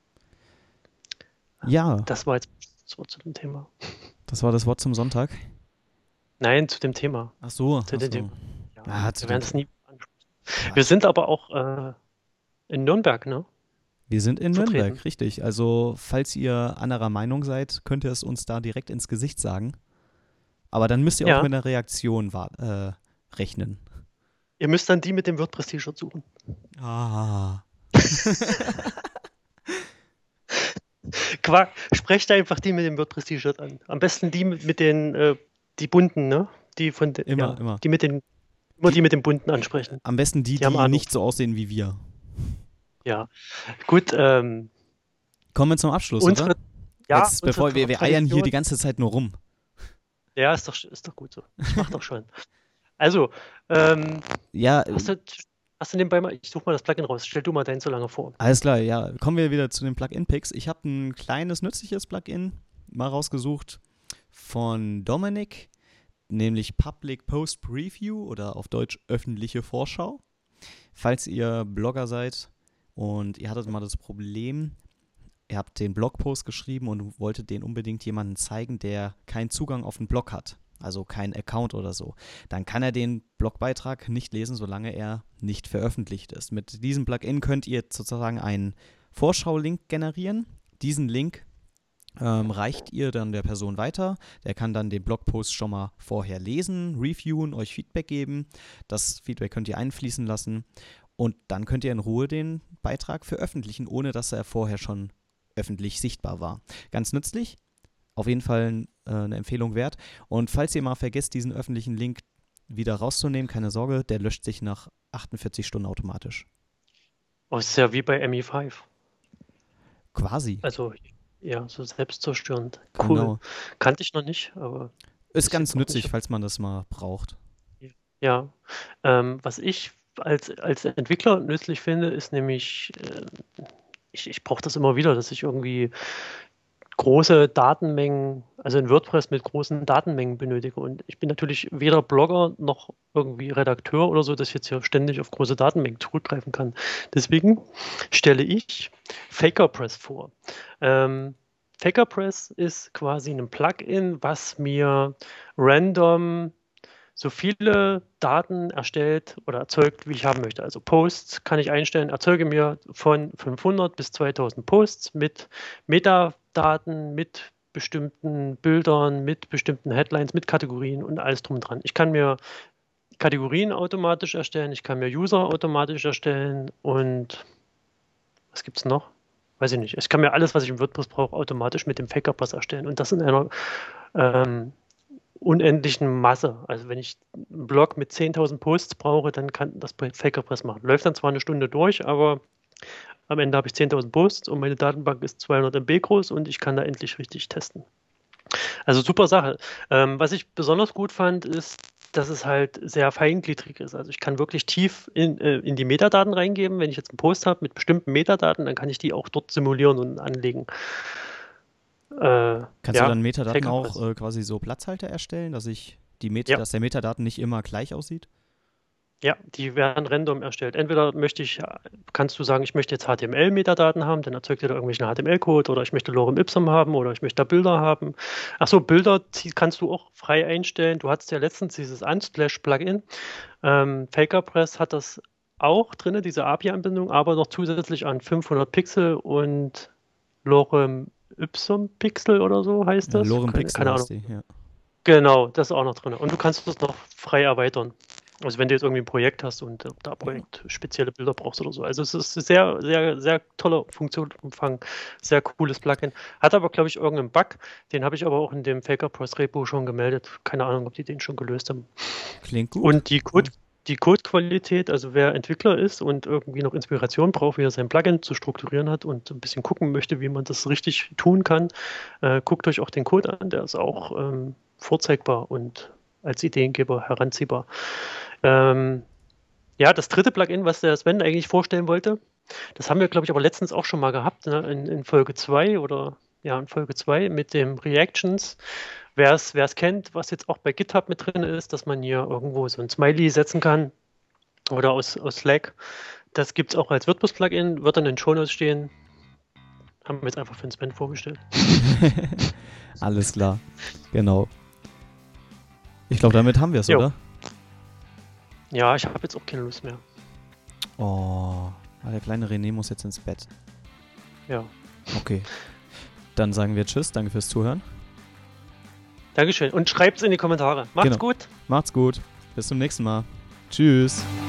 Ja, Das war jetzt das Wort zu dem Thema. das war das Wort zum Sonntag. Nein, zu dem Thema. Ach so. Zu Ach dem so. Thema. Ja, Ah, zu wir werden dem es nie ansprechen. Ja. Wir sind aber auch äh, in Nürnberg, ne? Wir sind in vertreten. Nürnberg, richtig. Also, falls ihr anderer Meinung seid, könnt ihr es uns da direkt ins Gesicht sagen. Aber dann müsst ihr Ja. auch mit einer Reaktion wa- äh, rechnen. Ihr müsst dann die mit dem WordPress-T-Shirt suchen. Ah. Quark, sprecht einfach die mit dem WordPress-T-Shirt an. Am besten die mit, mit den, äh, die bunten, ne? Die von den, Immer, ja, immer. Die mit den, immer Die- die mit den bunten ansprechen. Am besten die, Die die, haben Ahnung. nicht so aussehen wie wir. Ja. Gut, ähm, Kommen wir zum Abschluss, unsere, oder? ja, Jetzt, bevor unsere wir, wir eiern hier Tradition- die ganze Zeit nur rum. Ja, ist doch, ist doch gut so. Ich mach doch schon. Also, ähm, Ja, hast du, hast du nebenbei mal, ich suche mal das Plugin raus. Stell du mal deinen so lange vor. alles klar, ja. Kommen wir wieder zu den Plugin-Picks. Ich habe ein kleines, nützliches Plugin mal rausgesucht von Dominik, nämlich Public Post Preview oder auf Deutsch öffentliche Vorschau. Falls ihr Blogger seid und ihr hattet mal das Problem, ihr habt den Blogpost geschrieben und wolltet den unbedingt jemandem zeigen, der keinen Zugang auf den Blog hat, also keinen Account oder so, dann kann er den Blogbeitrag nicht lesen, solange er nicht veröffentlicht ist. Mit diesem Plugin könnt ihr sozusagen einen Vorschau-Link generieren. Diesen Link ähm, reicht ihr dann der Person weiter. Der kann dann den Blogpost schon mal vorher lesen, reviewen, euch Feedback geben. Das Feedback könnt ihr einfließen lassen und dann könnt ihr in Ruhe den Beitrag veröffentlichen, ohne dass er vorher schon öffentlich sichtbar war. Ganz nützlich, auf jeden Fall äh, eine Empfehlung wert. Und falls ihr mal vergesst, diesen öffentlichen Link wieder rauszunehmen, keine Sorge, der löscht sich nach achtundvierzig Stunden automatisch. Oh, ist ja wie bei M E fünf. Quasi. Also, ja, so selbstzerstörend. Cool. Genau. Kannte ich noch nicht, aber Ist ich ganz jetzt auch nützlich, nicht. falls man das mal braucht. ja. Ähm, was ich als, als Entwickler nützlich finde, ist nämlich, äh, ich, ich brauche das immer wieder, dass ich irgendwie große Datenmengen, also in WordPress mit großen Datenmengen benötige. Und ich bin natürlich weder Blogger noch irgendwie Redakteur oder so, dass ich jetzt hier ständig auf große Datenmengen zurückgreifen kann. Deswegen stelle ich FakerPress vor. Ähm, FakerPress ist quasi ein Plugin, was mir random so viele Daten erstellt oder erzeugt, wie ich haben möchte. Also Posts kann ich einstellen, erzeuge mir von fünfhundert bis zweitausend Posts mit Metadaten, mit bestimmten Bildern, mit bestimmten Headlines, mit Kategorien und alles drum und dran. Ich kann mir Kategorien automatisch erstellen, ich kann mir User automatisch erstellen und was gibt es noch? Weiß ich nicht. Ich kann mir alles, was ich im WordPress brauche, automatisch mit dem FakerPress erstellen und das in einer ähm, unendlichen Masse. Also wenn ich einen Blog mit zehntausend Posts brauche, dann kann das FakerPress machen. Läuft dann zwar eine Stunde durch, aber am Ende habe ich zehntausend Posts und meine Datenbank ist zweihundert Megabyte groß und ich kann da endlich richtig testen. Also super Sache. Ähm, was ich besonders gut fand, ist, dass es halt sehr feingliedrig ist. Also ich kann wirklich tief in, äh, in die Metadaten reingeben. Wenn ich jetzt einen Post habe mit bestimmten Metadaten, dann kann ich die auch dort simulieren und anlegen. Äh, Kannst ja, du dann Metadaten Fake-Press. auch äh, quasi so Platzhalter erstellen, dass ich die Meta Ja. dass der Metadaten nicht immer gleich aussieht? Ja, die werden random erstellt. Entweder möchte ich, kannst du sagen, ich möchte jetzt H T M L-Metadaten haben, dann erzeugt er da irgendwelchen H T M L-Code, oder ich möchte Lorem Ipsum haben, oder ich möchte da Bilder haben. Achso, Bilder die kannst du auch frei einstellen. Du hattest ja letztens dieses Unsplash-Plugin. Ähm, Fakerpress hat das auch drin, diese A P I-Anbindung, aber noch zusätzlich an fünfhundert Pixel und Lorem Ipsum Pixel oder so heißt Ja, das. Lorem Keine, Pixel keine heißt Ahnung. die, ja. Genau, das ist auch noch drin. Und du kannst das noch frei erweitern. Also wenn du jetzt irgendwie ein Projekt hast und äh, da Projekt spezielle Bilder brauchst oder so. Also es ist sehr, sehr, sehr toller Funktionsumfang, sehr cooles Plugin. Hat aber, glaube ich, irgendeinen Bug. Den habe ich aber auch in dem Fakerpress-Repo schon gemeldet. Keine Ahnung, ob die den schon gelöst haben. Klingt gut. Und die Code, die Codequalität, also wer Entwickler ist und irgendwie noch Inspiration braucht, wie er sein Plugin zu strukturieren hat und ein bisschen gucken möchte, wie man das richtig tun kann, äh, guckt euch auch den Code an. Der ist auch ähm, vorzeigbar und als Ideengeber heranziehbar. Ähm, ja, das dritte Plugin, was der Sven eigentlich vorstellen wollte, das haben wir, glaube ich, aber letztens auch schon mal gehabt, ne? in, in Folge zwei oder ja, in Folge zwei mit dem Reactions. Wer es kennt, was jetzt auch bei GitHub mit drin ist, dass man hier irgendwo so ein Smiley setzen kann oder aus, aus Slack. Das gibt es auch als WordPress-Plugin, wird dann in den Shownotes stehen. Haben wir jetzt einfach für den Sven vorgestellt. Alles klar, genau. Ich glaube, damit haben wir es, Jo. oder? Ja, ich habe jetzt auch keine Lust mehr. Oh, der kleine René muss jetzt ins Bett. Ja. Okay, dann sagen wir Tschüss, danke fürs Zuhören. Dankeschön und schreibt es in die Kommentare. Macht's Genau. gut. Macht's gut, bis zum nächsten Mal. Tschüss.